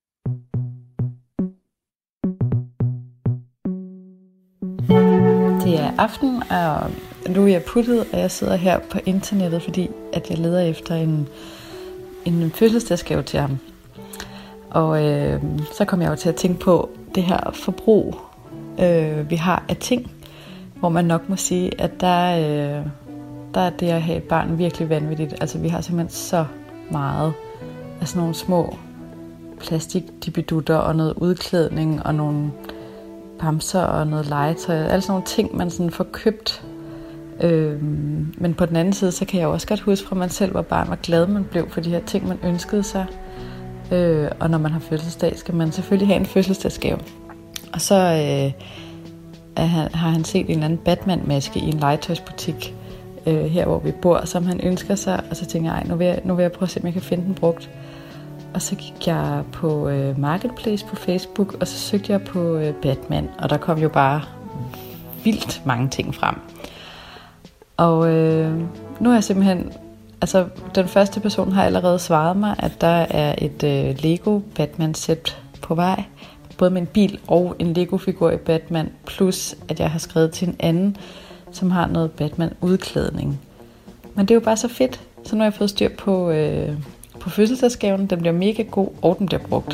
Det er aften, og nu er jeg puttet, og jeg sidder her på internettet, fordi at jeg leder efter en fødselsdagsgave til ham. Og så kom jeg jo til at tænke på det her forbrug, vi har af ting, hvor man nok må sige, at der er det at have et barn virkelig vanvittigt. Altså vi har simpelthen så meget af sådan nogle små plastikdibidutter og noget udklædning og nogle bamser og noget legetøj, alle sådan nogle ting, man sådan får købt. Men på den anden side, så kan jeg også godt huske fra man selv var barn, hvor glad man blev for de her ting, man ønskede sig. Og når man har fødselsdag, skal man selvfølgelig have en fødselsdagsgave. Og så har han set en eller anden Batman-maske i en legetøjsbutik, her hvor vi bor, som han ønsker sig. Og så tænker jeg, nu vil jeg prøve at se, om jeg kan finde den brugt. Og så gik jeg på Marketplace på Facebook, og så søgte jeg på Batman, og der kom jo bare vildt mange ting frem. Og nu er jeg simpelthen, altså den første person har allerede svaret mig, at der er et Lego Batman-sæt på vej, både med en bil og en Lego-figur i Batman, plus at jeg har skrevet til en anden, som har noget Batman-udklædning. Men det er jo bare så fedt, så nu har jeg fået styr på fødselsdagsgaven. Den bliver mega god, og den bliver brugt.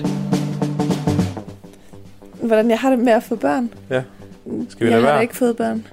Hvordan jeg har det med at få børn? Ja. Skal vi jeg lade være? har ikke fået børn.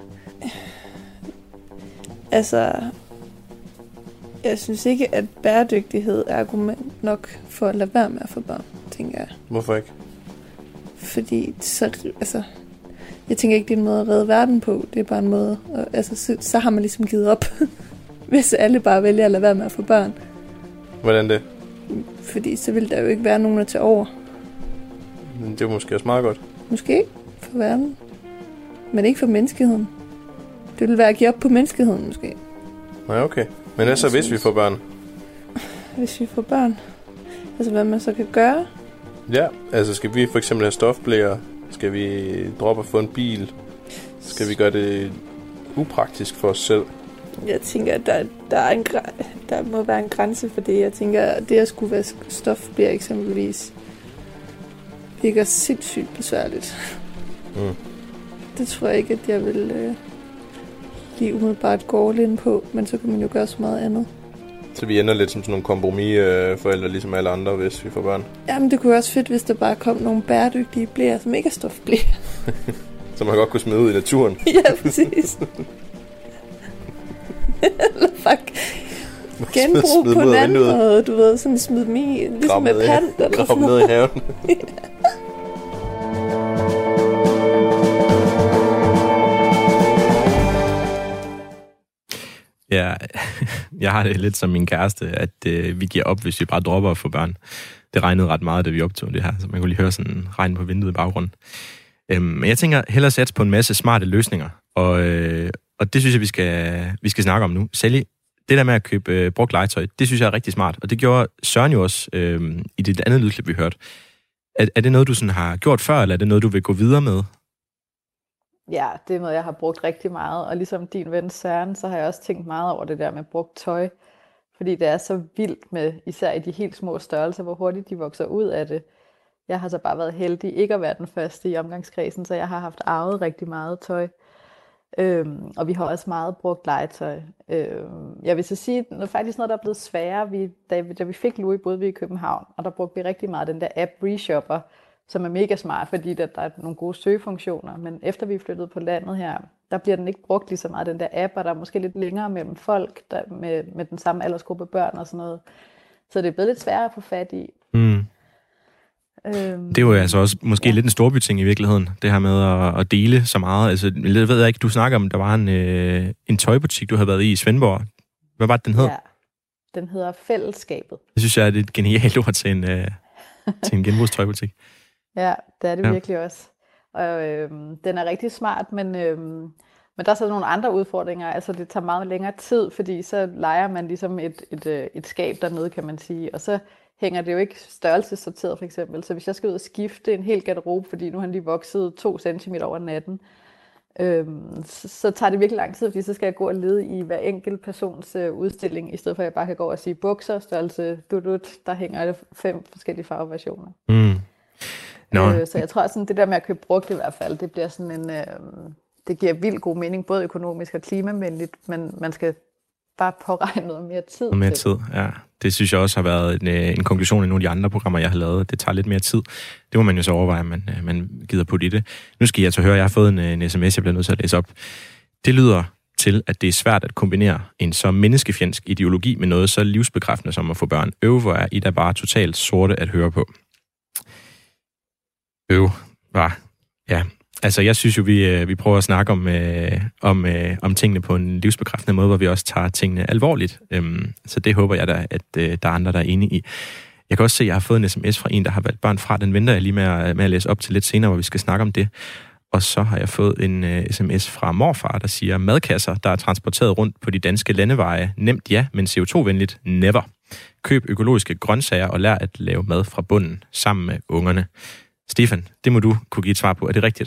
Altså, jeg synes ikke, at bæredygtighed er argument nok for at lade være med at få børn, tænker jeg. Hvorfor ikke? Fordi jeg tænker ikke, det er en måde at redde verden på. Det er bare en måde, så har man ligesom givet op, hvis alle bare vælger at lade være med at få børn. Hvordan det? Fordi så vil der jo ikke være nogen at tage over. Det er måske også meget godt. Måske for verden, men ikke for menneskeheden. Det vil være at give op på menneskeheden, måske. Nej, okay. Men hvad så, hvis vi får børn? Hvis vi får børn? Altså, hvad man så kan gøre? Ja, altså skal vi for eksempel have stofblæer? Skal vi droppe at få en bil? Skal vi gøre det upraktisk for os selv? Jeg tænker, at der må være en grænse for det. Jeg tænker, at det at skulle vaske stofblæer eksempelvis virker sindssygt besværligt. Mm. Det tror jeg ikke, at jeg vil lige umiddelbart gå all in på, men så kan man jo gøre så meget andet. Så vi ender lidt som sådan nogle kompromisforældre, ligesom alle andre, hvis vi får børn? Jamen, det kunne være også fedt, hvis der bare kom nogle bæredygtige blæer, som ikke er stofblæer. Så man godt kunne smide ud i naturen. Ja, præcis. Eller fuck. Genbrug på en anden måde, du ved, sådan smide dem i, ligesom med pant eller sådan noget. Ned i haven. Ja, jeg har det lidt som min kæreste, at vi giver op, hvis vi bare dropper at få børn. Det regnede ret meget, da vi optog det her, så man kunne lige høre sådan regn på vinduet i baggrunden. Men jeg tænker hellere satse på en masse smarte løsninger, og det synes jeg, vi skal snakke om nu. Sally, det der med at købe brugt legetøj, det synes jeg er rigtig smart, og det gjorde Søren jo også i det andet lydklip, vi hørte. Er det noget, du sådan har gjort før, eller er det noget, du vil gå videre med? Ja, det er noget, jeg har brugt rigtig meget, og ligesom din ven Søren, så har jeg også tænkt meget over det der med brugt tøj, fordi det er så vildt med, især i de helt små størrelser, hvor hurtigt de vokser ud af det. Jeg har så bare været heldig ikke at være den første i omgangskredsen, så jeg har haft arvet rigtig meget tøj. Og vi har også meget brugt legetøj. Jeg vil så sige, at faktisk noget, der er blevet sværere. Da vi fik Louis, boede vi i København, og der brugte vi rigtig meget den der app Reshopper, som er mega smart, fordi der er nogle gode søgefunktioner. Men efter vi flyttede på landet her, der bliver den ikke brugt lige så meget, den der app, og der er måske lidt længere mellem folk med den samme aldersgruppe børn og sådan noget. Så det er blevet lidt sværere at få fat i. Det er jo altså også måske lidt en storbyting i virkeligheden, det her med at dele så meget. Altså, jeg ved ikke, du snakker om, der var en tøjbutik, du havde været i Svendborg. Hvad var det, den hed? Ja, den hedder Fællesskabet. Det synes jeg er et genialt ord til en genbrugstøjbutik. Ja, det er det virkelig også. Og den er rigtig smart, men der er så nogle andre udfordringer. Altså det tager meget længere tid, fordi så lejer man ligesom et skab dernede, kan man sige. Og så hænger det jo ikke størrelsessorteret for eksempel. Så hvis jeg skal ud og skifte en hel garderobe, fordi nu har han lige vokset 2 cm over natten, så tager det virkelig lang tid, fordi så skal jeg gå og lede i hver enkelt persons udstilling, i stedet for at jeg bare kan gå og sige bukser, størrelse, der hænger 5 forskellige farveversioner. Så jeg tror sådan, det der med at købe brugt i hvert fald, det bliver sådan det giver vildt god mening, både økonomisk og klimavenligt, men man skal bare påregne noget mere tid. Noget mere tid, ja. Det synes jeg også har været en konklusion i nogle af de andre programmer, jeg har lavet. Det tager lidt mere tid. Det må man jo så overveje, at man gider putte i det. Nu skal jeg så høre, at jeg har fået en sms, jeg bliver nødt til at læse op. Det lyder til, at det er svært at kombinere en så menneskefjendsk ideologi med noget så livsbekræftende som at få børn. Hvor er I da bare totalt sorte at høre på. Ja. Altså, jeg synes jo, vi prøver at snakke om tingene på en livsbekræftende måde, hvor vi også tager tingene alvorligt. Så det håber jeg da, at der er andre, der er enige i. Jeg kan også se, at jeg har fået en sms fra en, der har valgt børn fra. Den venter jeg lige med at læse op til lidt senere, hvor vi skal snakke om det. Og så har jeg fået en sms fra morfar, der siger, madkasser, der er transporteret rundt på de danske landeveje. Nemt ja, men CO2-venligt never. Køb økologiske grøntsager og lær at lave mad fra bunden sammen med ungerne. Stefan, det må du kunne give et svar på. Er det rigtigt?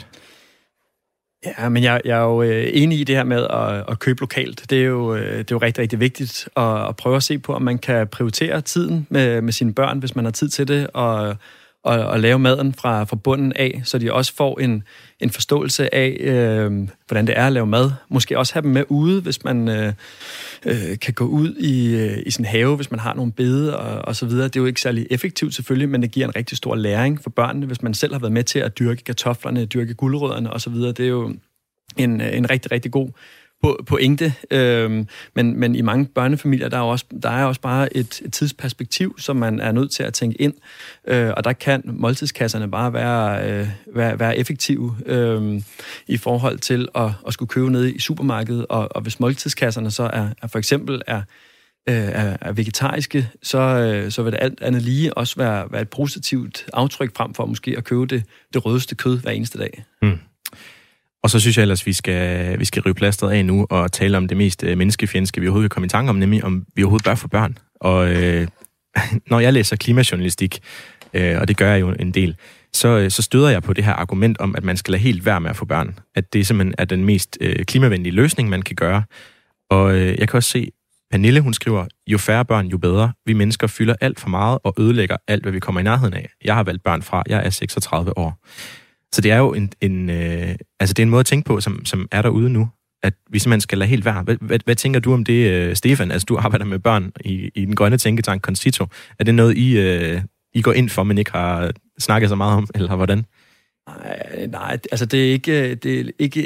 Ja, men jeg er jo enig i det her med at købe lokalt. Det er jo rigtig, rigtig vigtigt at prøve at se på, om man kan prioritere tiden med sine børn, hvis man har tid til det, og lave maden fra bunden af, så de også får en forståelse af, hvordan det er at lave mad. Måske også have dem med ude, hvis man kan gå ud i sin have, hvis man har nogle bede og så videre. Det er jo ikke særlig effektivt selvfølgelig, men det giver en rigtig stor læring for børnene, hvis man selv har været med til at dyrke kartoflerne, dyrke gulerødderne og så videre. Det er jo en rigtig, rigtig god pointe, men i mange børnefamilier, der er også bare et tidsperspektiv, som man er nødt til at tænke ind, og der kan måltidskasserne bare være effektive i forhold til at skulle købe ned i supermarkedet, og hvis måltidskasserne så er for eksempel er vegetariske, så vil det alt andet lige også være et positivt aftryk frem for måske at købe det rødeste kød hver eneste dag. Og så synes jeg ellers, vi skal rive plasteret af nu og tale om det mest menneskefjendske, vi overhovedet kan komme i tanke om, nemlig om vi overhovedet bør få børn. Og når jeg læser klimajournalistik, og det gør jeg jo en del, så støder jeg på det her argument om, at man skal lade helt være med at få børn. At det simpelthen er den mest klimavenlige løsning, man kan gøre. Og jeg kan også se, Pernille, hun skriver, jo færre børn, jo bedre. Vi mennesker fylder alt for meget og ødelægger alt, hvad vi kommer i nærheden af. Jeg har valgt børn fra, jeg er 36 år. Så det er jo altså det er en måde at tænke på, som er derude nu, at vi simpelthen skal lade helt være. Hvad tænker du om det, Stefan? Altså, du arbejder med børn i den grønne tænketank Concito. Er det noget, I går ind for, men ikke har snakket så meget om, eller hvordan? Nej, altså det er ikke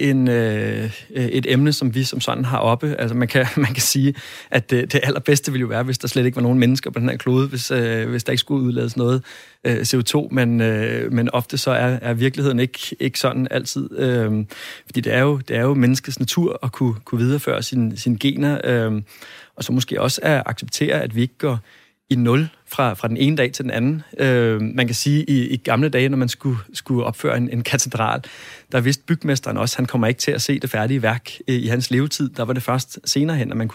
et emne, som vi som sådan har oppe. Altså man kan sige, at det allerbedste ville jo være, hvis der slet ikke var nogen mennesker på den her klode, hvis der ikke skulle udlades noget CO2, men ofte så er virkeligheden ikke sådan altid. Fordi det er jo menneskets natur at kunne videreføre sine gener, og så måske også at acceptere, at vi ikke går i nul fra den ene dag til den anden. Man kan sige, i gamle dage, når man skulle opføre en katedral, der vidste bygmesteren også, han kommer ikke til at se det færdige værk i hans levetid. Der var det først senere hen, at man kunne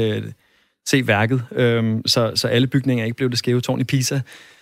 se værket. Så alle bygninger ikke blev det skæve tårn i Pisa.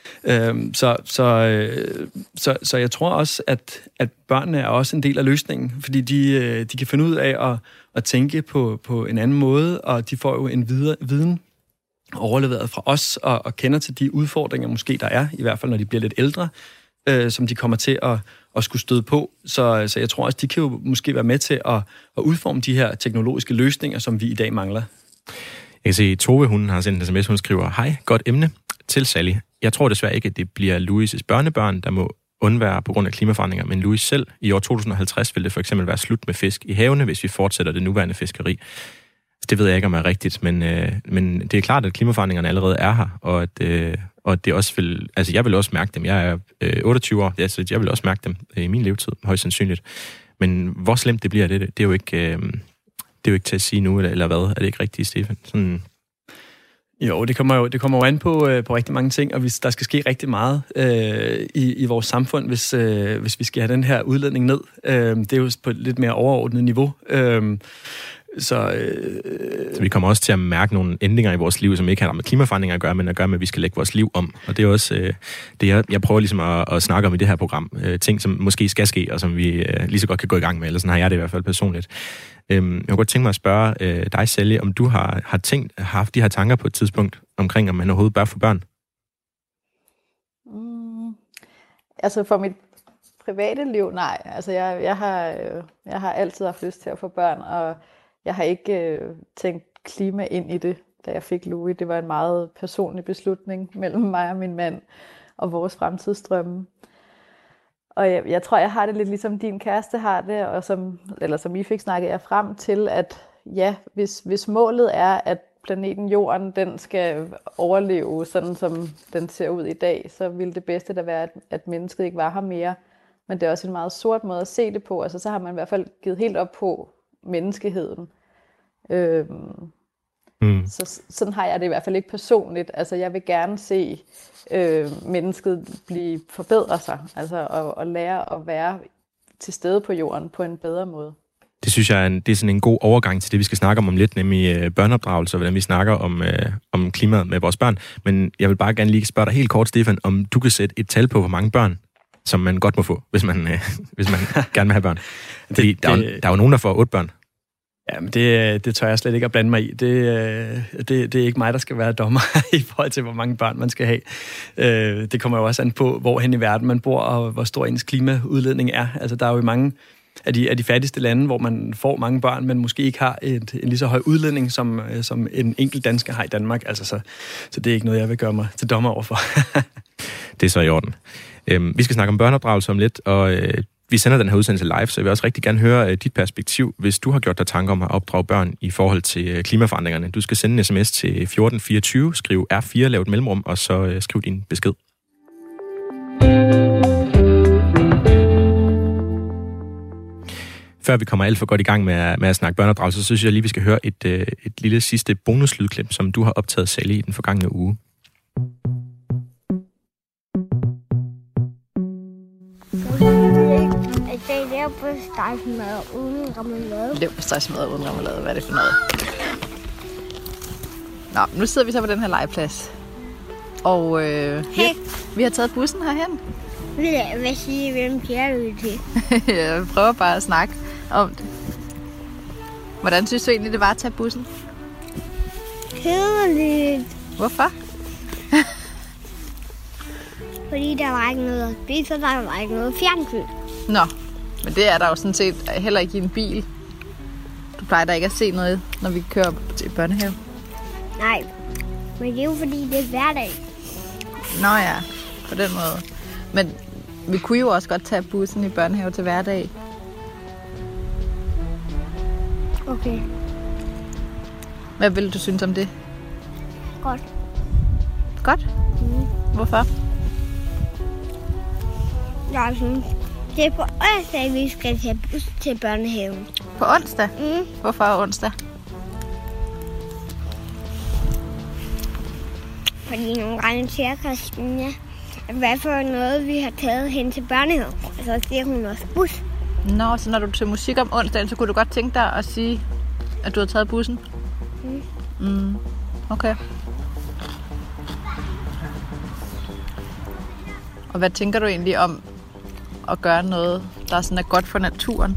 Så jeg tror også, at børnene er også en del af løsningen, fordi de kan finde ud af at tænke på en anden måde, og de får jo en viden overleveret fra os, og kender til de udfordringer, måske der er, i hvert fald når de bliver lidt ældre, som de kommer til at skulle støde på. Så jeg tror også, de kan jo måske være med til at udforme de her teknologiske løsninger, som vi i dag mangler. Jeg kan se, Tove, hun har sendt en sms, hun skriver, hej, godt emne til Sally. Jeg tror desværre ikke, at det bliver Louis' børnebørn, der må undvære på grund af klimaforandringer, men Louis selv. I år 2050 vil det for eksempel være slut med fisk i havene, hvis vi fortsætter det nuværende fiskeri. Det ved jeg ikke, om er rigtigt, men det er klart, at klimaforandringerne allerede er her, og og det også vil, altså jeg vil også mærke dem. Jeg er 28 år, så jeg vil også mærke dem i min levetid, højst sandsynligt. Men hvor slemt det bliver, det er jo ikke til at sige nu, eller hvad? Er det ikke rigtigt, Stefan? Sådan... Jo, det kommer jo an på rigtig mange ting, og der skal ske rigtig meget i vores samfund, hvis vi skal have den her udledning ned. Det er jo på et lidt mere overordnet niveau. Så vi kommer også til at mærke nogle ændringer i vores liv, som ikke har med klimaforandringer at gøre, men at gøre med, at vi skal lægge vores liv om. Og det er også det, jeg prøver ligesom at snakke om i det her program. Ting, som måske skal ske, og som vi lige så godt kan gå i gang med. Eller sådan har jeg det i hvert fald personligt. Jeg kunne godt tænke mig at spørge dig, Sally, om du har haft de her tanker på et tidspunkt omkring, om man overhovedet bør få børn? Altså for mit private liv, nej. Altså jeg har altid haft lyst til at få børn, og jeg har ikke tænkt klima ind i det, da jeg fik Louis. Det var en meget personlig beslutning mellem mig og min mand og vores fremtidsdrømme. Og jeg tror, jeg har det lidt ligesom din kæreste har det, og som I fik snakket jer frem til, at ja, hvis målet er, at planeten Jorden, den skal overleve sådan, som den ser ud i dag, så ville det bedste da være, at mennesket ikke var her mere. Men det er også en meget sort måde at se det på. Altså, så har man i hvert fald givet helt op på menneskeheden. Så sådan har jeg det i hvert fald ikke personligt. Altså, jeg vil gerne se mennesket forbedre sig, altså og lære at være til stede på jorden på en bedre måde. Det synes jeg det er sådan en god overgang til det, vi skal snakke om lidt, nemlig børneopdragelse, og hvordan vi snakker om klimaet med vores børn. Men jeg vil bare gerne lige spørge dig helt kort, Stefan, om du kan sætte et tal på, hvor mange børn, som man godt må få, hvis man gerne vil have børn. Fordi der er jo nogen, der får 8 børn. Ja, men det tør jeg slet ikke at blande mig i. Det er ikke mig, der skal være dommer i forhold til, hvor mange børn man skal have. Det kommer jo også an på, hvor hen i verden man bor, og hvor stor ens klimaudledning er. Altså, der er jo mange af de fattigste lande, hvor man får mange børn, men måske ikke har en lige så høj udledning, som en enkelt dansker har i Danmark. Altså, så det er ikke noget, jeg vil gøre mig til dommer overfor. Det er så i orden. Vi skal snakke om børneopdragelse om lidt, og vi sender den her udsendelse live, så jeg vil også rigtig gerne høre dit perspektiv, hvis du har gjort dig tanker om at opdrage børn i forhold til klimaforandringerne. Du skal sende en sms til 1424, skriv R4, lav et mellemrum, og så skriv din besked. Før vi kommer alt for godt i gang med at snakke børneopdragelse, så synes jeg lige, vi skal høre et lille sidste bonuslydklip, som du har optaget, Sally, i den forgangne uge. Det er leverpostejsmad uden remoulade. Leverpostejsmad uden remoulade, hvad er det for noget? Nå, nu sidder vi så på den her legeplads. Og vi har taget bussen herhen. Hvad siger vi, hvem siger du til? Jeg prøver bare at snakke om det. Hvordan synes du egentlig, det var at tage bussen? Kedeligt. Hvorfor? Fordi der var ikke noget at spise, og der var ikke noget fjernsyn. Nå, men det er der jo sådan set heller ikke i en bil. Du plejer da ikke at se noget, når vi kører til børnehave. Nej, men det er jo fordi, det er hverdag. Nå ja, på den måde. Men vi kunne jo også godt tage bussen i børnehave til hverdag. Okay. Hvad vil du synes om det? Godt. Godt? Hvorfor? Jeg synes, det er på onsdag, vi skal tage bus til børnehaven. På onsdag? Hvorfor onsdag? Fordi nogle gange siger Christina, hvad for noget vi har taget hen til børnehaven. Og så siger hun også bus. Nå, så når du til musik om onsdagen, så kunne du godt tænke dig at sige, at du har taget bussen? Okay. Og hvad tænker du egentlig om at gøre noget, der sådan er godt for naturen?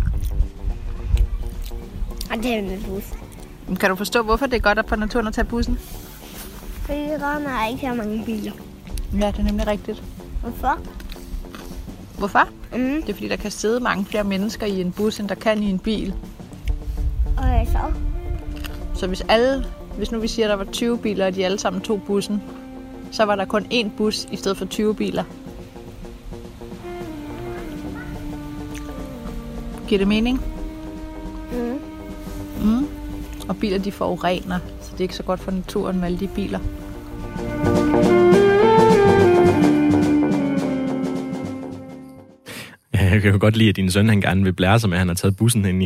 Og det er med bus. Kan du forstå, hvorfor det er godt for naturen at tage bussen? Fordi der er ikke så mange biler. Ja, det er nemlig rigtigt. Hvorfor? Hvorfor? Det er fordi, der kan sidde mange flere mennesker i en bus, end der kan i en bil. Og så? Så hvis nu vi siger, at der var 20 biler, og de alle sammen tog bussen, så var der kun én bus i stedet for 20 biler. Giver det mening? Og biler, de forurener, så det er ikke så godt for naturen med alle de biler. Jeg kan jo godt lide, at din søn han gerne vil blære sig med, at han har taget bussen ind i...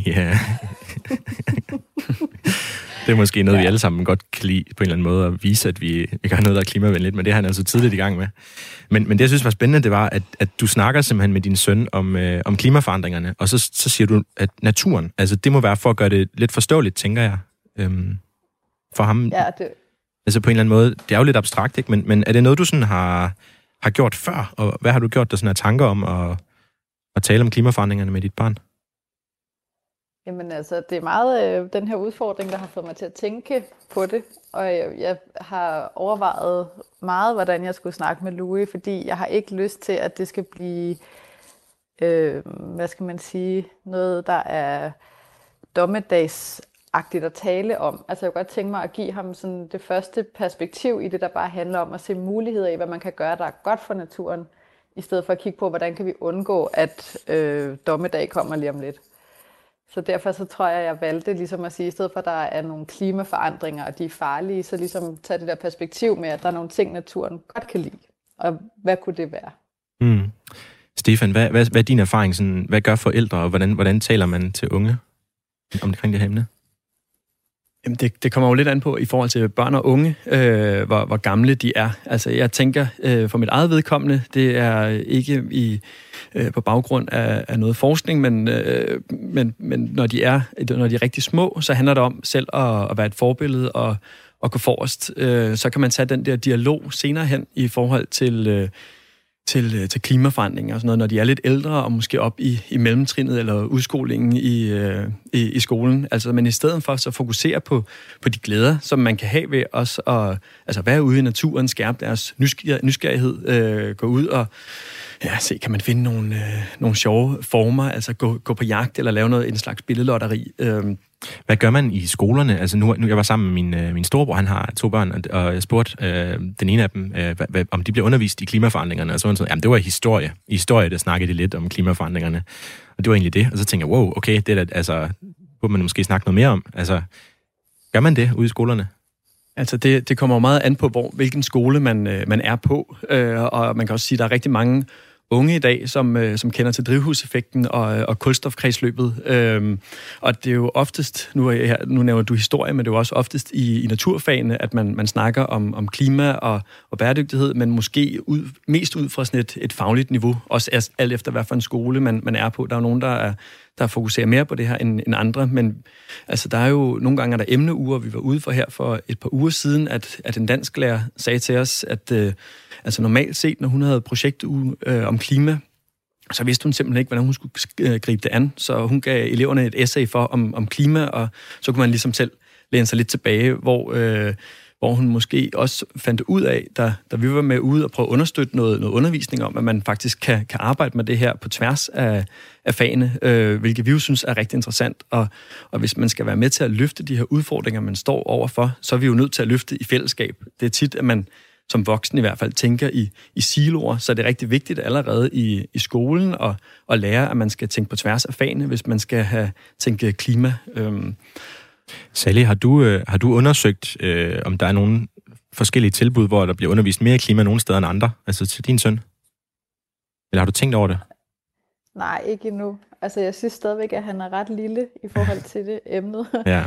Det er måske noget, vi alle sammen godt kan lide på en eller anden måde, at vise, at vi gør noget, der er klimavenligt, men det er han altså tidligt i gang med. Men det, jeg synes var spændende, det var, at du snakker simpelthen med din søn om klimaforandringerne, og så siger du, at naturen, altså det må være for at gøre det lidt forståeligt, tænker jeg, for ham. Ja, det... Altså på en eller anden måde, det er jo lidt abstrakt, ikke? Men er det noget, du sådan har gjort før, og hvad har du gjort der sådan af tanker om at tale om klimaforandringerne med dit barn? Jamen altså, det er meget den her udfordring, der har fået mig til at tænke på det. Og jeg har overvejet meget, hvordan jeg skulle snakke med Louis, fordi jeg har ikke lyst til, at det skal blive, hvad skal man sige, noget, der er dommedagsagtigt at tale om. Altså jeg kunne godt tænke mig at give ham sådan det første perspektiv i det, der bare handler om at se muligheder i, hvad man kan gøre, der er godt for naturen, i stedet for at kigge på, hvordan kan vi undgå, at dommedag kommer lige om lidt. Så derfor så tror jeg valgte ligesom at sige, i stedet for at der er nogle klimaforandringer, og de er farlige, så ligesom tage det der perspektiv med, at der er nogle ting, naturen godt kan lide. Og hvad kunne det være? Stefan, hvad er din erfaring? Sådan, hvad gør forældre, og hvordan taler man til unge omkring det her emne? Jamen det kommer jo lidt an på i forhold til børn og unge, hvor gamle de er. Altså jeg tænker for mit eget vedkommende, det er ikke på baggrund af noget forskning, men når de er rigtig små, så handler det om selv at være et forbillede og gå forrest. Så kan man tage den der dialog senere hen i forhold til klimaforandringer og sådan noget, når de er lidt ældre og måske op i mellemtrinnet eller udskolingen i skolen. Altså, men i stedet for så fokusere på de glæder, som man kan have ved os at være ude i naturen, skærpe deres nysgerrighed, gå ud og se, kan man finde nogle sjove former, altså gå på jagt eller lave en slags billedlotteri. Hvad gør man i skolerne? Altså nu jeg var sammen med min storebror, han har 2 børn, og jeg spurgte den ene af dem, om de bliver undervist i klimaforandringerne, og så var han sådan, jamen det var historie. I historie, der snakkede de lidt om klimaforandringerne, og det var egentlig det. Og så tænkte jeg, wow, okay, det er da, altså, burde man måske snakke noget mere om. Altså, gør man det ude i skolerne? Altså det kommer meget an på, hvilken skole man er på, og man kan også sige, at der er rigtig mange unge i dag, som kender til drivhuseffekten og kulstofkredsløbet. Og det er jo oftest, nu nævner du historie, men det er jo også oftest i naturfagene, at man snakker om klima og bæredygtighed, men måske mest ud fra sådan et fagligt niveau, også alt efter hvad for en skole man er på. Der er jo nogen, der fokuserer mere på det her end andre, men altså, der er jo nogle gange, der emneuger, vi var ude for her for et par uger siden, at en dansklærer sagde til os, at altså normalt set, når hun havde projektuge om klima, så vidste hun simpelthen ikke, hvordan hun skulle gribe det an. Så hun gav eleverne et essay om klima, og så kunne man ligesom selv læne sig lidt tilbage, hvor hun måske også fandt ud af, da vi var med ude og prøve at understøtte noget undervisning om, at man faktisk kan arbejde med det her på tværs af fagene, hvilket vi jo synes er rigtig interessant. Og hvis man skal være med til at løfte de her udfordringer, man står overfor, så er vi jo nødt til at løfte i fællesskab. Det er tit, at man som voksen i hvert fald tænker i siloer, så er det rigtig vigtigt allerede i skolen at lære, at man skal tænke på tværs af fagene, hvis man skal tænke klima. Sally, har du undersøgt, om der er nogle forskellige tilbud, hvor der bliver undervist mere i klima nogle steder end andre, altså til din søn? Eller har du tænkt over det? Nej, ikke endnu. Altså, jeg synes stadigvæk, at han er ret lille i forhold til det emnet. Ja.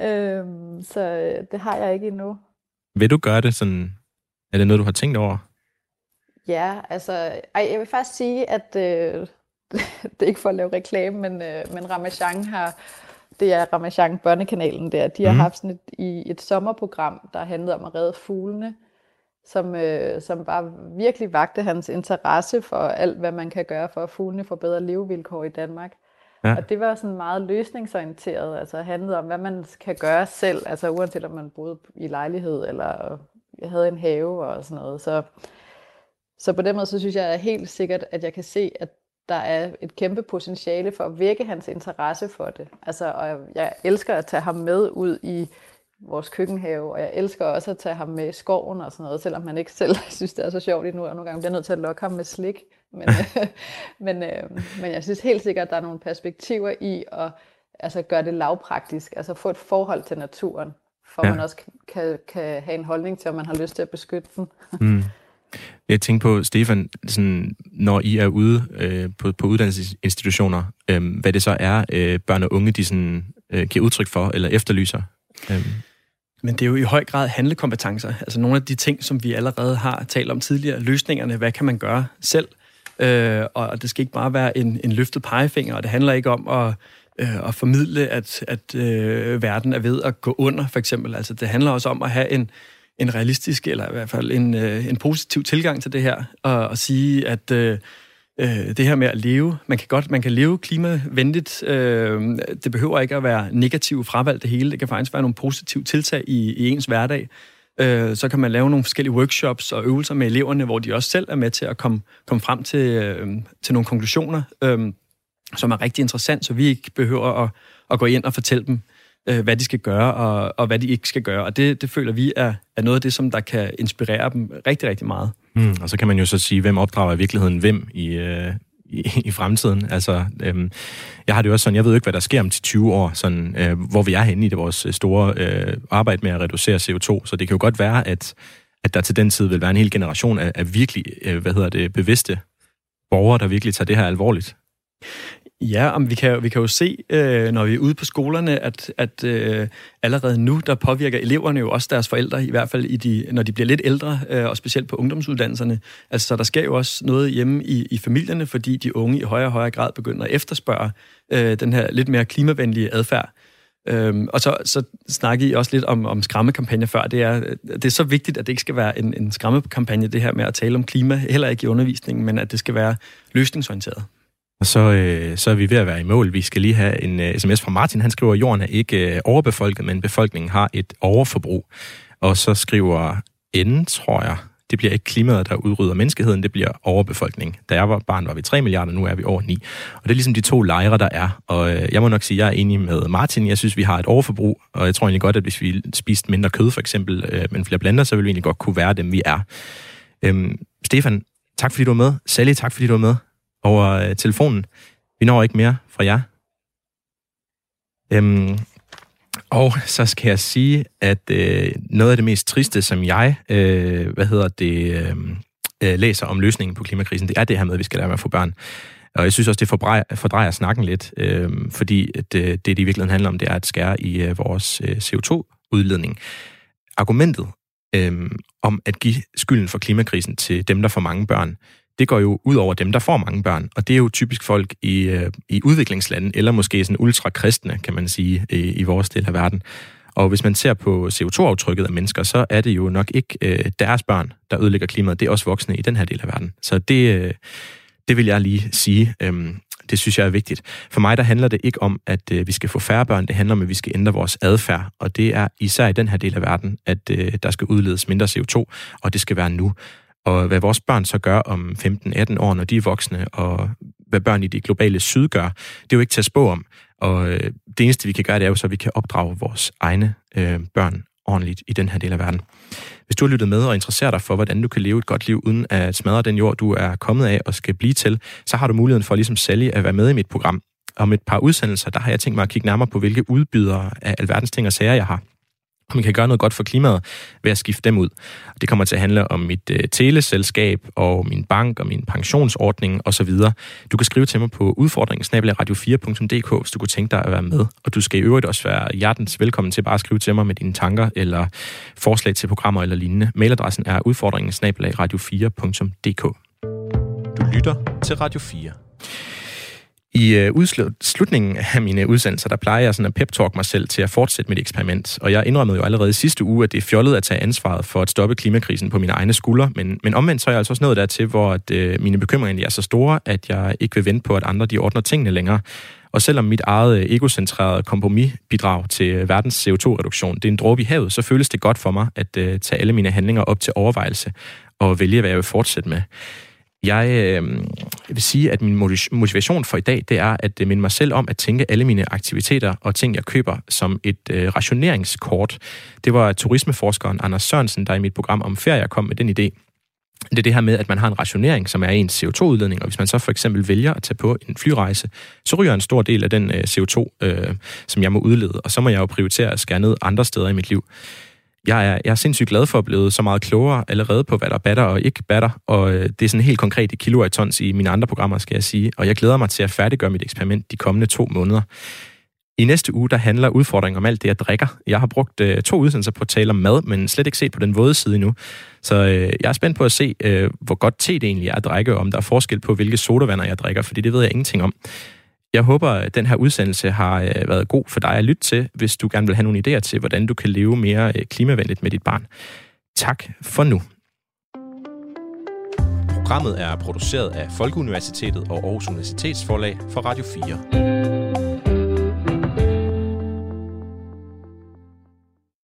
Så det har jeg ikke endnu. Vil du gøre det sådan? Er det noget, du har tænkt over? Ja, altså... jeg vil faktisk sige, at det er ikke for at lave reklame, men Ramasjang det er Ramasjang børnekanalen der. De har haft sådan et sommerprogram, der handlede om at redde fuglene, som bare virkelig vagte hans interesse for alt, hvad man kan gøre for, at fuglene får bedre levevilkår i Danmark. Ja. Og det var sådan meget løsningsorienteret, altså handlede om, hvad man kan gøre selv, altså uanset om man boede i lejlighed, eller jeg havde en have og sådan noget. Så på den måde, så synes jeg helt sikkert, at jeg kan se, at der er et kæmpe potentiale for at vække hans interesse for det. Altså, og jeg elsker at tage ham med ud i vores køkkenhave, og jeg elsker også at tage ham med i skoven og sådan noget, selvom man ikke selv synes, det er så sjovt endnu, og nogle gange bliver nødt til at lokke ham med slik. Men jeg synes helt sikkert, at der er nogle perspektiver i at gøre det lavpraktisk, altså få et forhold til naturen, for man også kan have en holdning til, om man har lyst til at beskytte den. Jeg tænker på, Stefan, sådan, når I er ude på uddannelsesinstitutioner, hvad det så er, børn og unge, de sådan, giver udtryk for eller efterlyser? Men det er jo i høj grad handlekompetencer. Altså nogle af de ting, som vi allerede har talt om tidligere. Løsningerne, hvad kan man gøre selv? Og det skal ikke bare være en løftet pegefinger, og det handler ikke om at formidle, at verden er ved at gå under, for eksempel. Altså det handler også om at have en realistisk, eller i hvert fald en positiv tilgang til det her, og sige, at det her med at leve, man kan leve klimavenligt. Det behøver ikke at være negativt fravalg det hele. Det kan faktisk være nogle positive tiltag i ens hverdag. Så kan man lave nogle forskellige workshops og øvelser med eleverne, hvor de også selv er med til at komme frem til nogle konklusioner, som er rigtig interessant, så vi ikke behøver at gå ind og fortælle dem, hvad de skal gøre, og hvad de ikke skal gøre. Og det føler vi er noget af det, som der kan inspirere dem rigtig, rigtig meget. Og så kan man jo så sige, hvem opdrager i virkeligheden hvem i fremtiden. Altså, jeg har det jo også sådan, jeg ved ikke, hvad der sker om 20 år, sådan, hvor vi er henne i det vores store arbejde med at reducere CO2. Så det kan jo godt være, at der til den tid vil være en hel generation af virkelig, bevidste borgere, der virkelig tager det her alvorligt. Ja, vi kan jo se, når vi er ude på skolerne, at allerede nu, der påvirker eleverne jo også deres forældre, i hvert fald når de bliver lidt ældre, og specielt på ungdomsuddannelserne. Altså, så der sker jo også noget hjemme i familierne, fordi de unge i højere og højere grad begynder at efterspørge den her lidt mere klimavenlige adfærd. Og så snakker I også lidt om skræmmekampagner før. Det er så vigtigt, at det ikke skal være en skræmmekampagne, det her med at tale om klima, heller ikke i undervisningen, men at det skal være løsningsorienteret. Og så er vi ved at være i mål. Vi skal lige have en sms fra Martin. Han skriver, at jorden er ikke overbefolket, men befolkningen har et overforbrug. Og så skriver N, tror jeg, det bliver ikke klimaet, der udrydder menneskeheden, det bliver overbefolkning. Da jeg var barn, var vi 3 milliarder, nu er vi over 9. Og det er ligesom de to lejre, der er. Og jeg må nok sige, at jeg er enig med Martin. Jeg synes, vi har et overforbrug, og jeg tror egentlig godt, at hvis vi spiste mindre kød, for eksempel, men flere planter, så ville vi egentlig godt kunne være dem, vi er. Stefan, tak fordi du var med. Sally, tak fordi du var med over telefonen. Vi når ikke mere fra jer. Og så skal jeg sige, at noget af det mest triste, som jeg læser om løsningen på klimakrisen, det er det her med, at vi skal lade være med at få børn. Og jeg synes også, det fordrejer snakken lidt, fordi det i virkeligheden handler om, det er at skære i vores CO2-udledning. Argumentet om at give skylden for klimakrisen til dem, der får mange børn, det går jo ud over dem, der får mange børn, og det er jo typisk folk i udviklingslande, eller måske sådan ultrakristne, kan man sige, i vores del af verden. Og hvis man ser på CO2-aftrykket af mennesker, så er det jo nok ikke deres børn, der ødelægger klimaet, det er også voksne i den her del af verden. Så det vil jeg lige sige. Det synes jeg er vigtigt. For mig, der handler det ikke om, at vi skal få færre børn, det handler om, at vi skal ændre vores adfærd, og det er især i den her del af verden, at der skal udledes mindre CO2, og det skal være nu. Og hvad vores børn så gør om 15-18 år, når de er voksne, og hvad børn i det globale syd gør, det er jo ikke til at spå om. Og det eneste, vi kan gøre, det er jo så, at vi kan opdrage vores egne børn ordentligt i den her del af verden. Hvis du har lyttet med og interesserer dig for, hvordan du kan leve et godt liv, uden at smadre den jord, du er kommet af og skal blive til, så har du muligheden for, ligesom Sally, at være med i mit program. Om et par udsendelser, der har jeg tænkt mig at kigge nærmere på, hvilke udbydere af alverdens ting og sager, jeg har. Og man kan gøre noget godt for klimaet ved at skifte dem ud. Det kommer til at handle om mit teleselskab og min bank og min pensionsordning osv. Du kan skrive til mig på udfordringen@radio4.dk, hvis du kunne tænke dig at være med. Og du skal i øvrigt også være hjertens velkommen til bare at skrive til mig med dine tanker eller forslag til programmer eller lignende. Mailadressen er udfordringen@radio4.dk. Du lytter til Radio 4. I slutningen af mine udsendelser, der plejer jeg sådan at pep-talk mig selv til at fortsætte mit eksperiment. Og jeg indrømmede jo allerede i sidste uge, at det er fjollet at tage ansvaret for at stoppe klimakrisen på mine egne skuldre. Men omvendt så er jeg altså også nået dertil, hvor mine bekymringer er så store, at jeg ikke vil vente på, at andre de ordner tingene længere. Og selvom mit eget egocentrerede kompromisbidrag til verdens CO2-reduktion, det er en dråbe i havet, så føles det godt for mig at tage alle mine handlinger op til overvejelse og vælge, hvad jeg vil fortsætte med. Jeg vil sige, at min motivation for i dag, det er at minde mig selv om at tænke alle mine aktiviteter og ting, jeg køber, som et rationeringskort. Det var turismeforskeren Anders Sørensen, der i mit program om ferie kom med den idé. Det er det her med, at man har en rationering, som er ens CO2-udledning, og hvis man så for eksempel vælger at tage på en flyrejse, så ryger en stor del af den CO2, som jeg må udlede, og så må jeg jo prioritere at skære ned andre steder i mit liv. Jeg er sindssygt glad for at blive så meget klogere allerede på, hvad der batter og ikke batter, og det er sådan helt konkret i kilo og tons i mine andre programmer, skal jeg sige, og jeg glæder mig til at færdiggøre mit eksperiment de kommende 2 måneder. I næste uge, der handler udfordringen om alt det, jeg drikker. Jeg har brugt 2 udsendelser på at tale om mad, men slet ikke set på den våde side endnu. Så jeg er spændt på at se, hvor godt te det egentlig er at drikke, og om der er forskel på, hvilke sodavanner jeg drikker, fordi det ved jeg ingenting om. Jeg håber, at den her udsendelse har været god for dig at lytte til, hvis du gerne vil have nogle idéer til, hvordan du kan leve mere klimavenligt med dit barn. Tak for nu. Programmet er produceret af Folkeuniversitetet og Aarhus Universitetsforlag for Radio 4.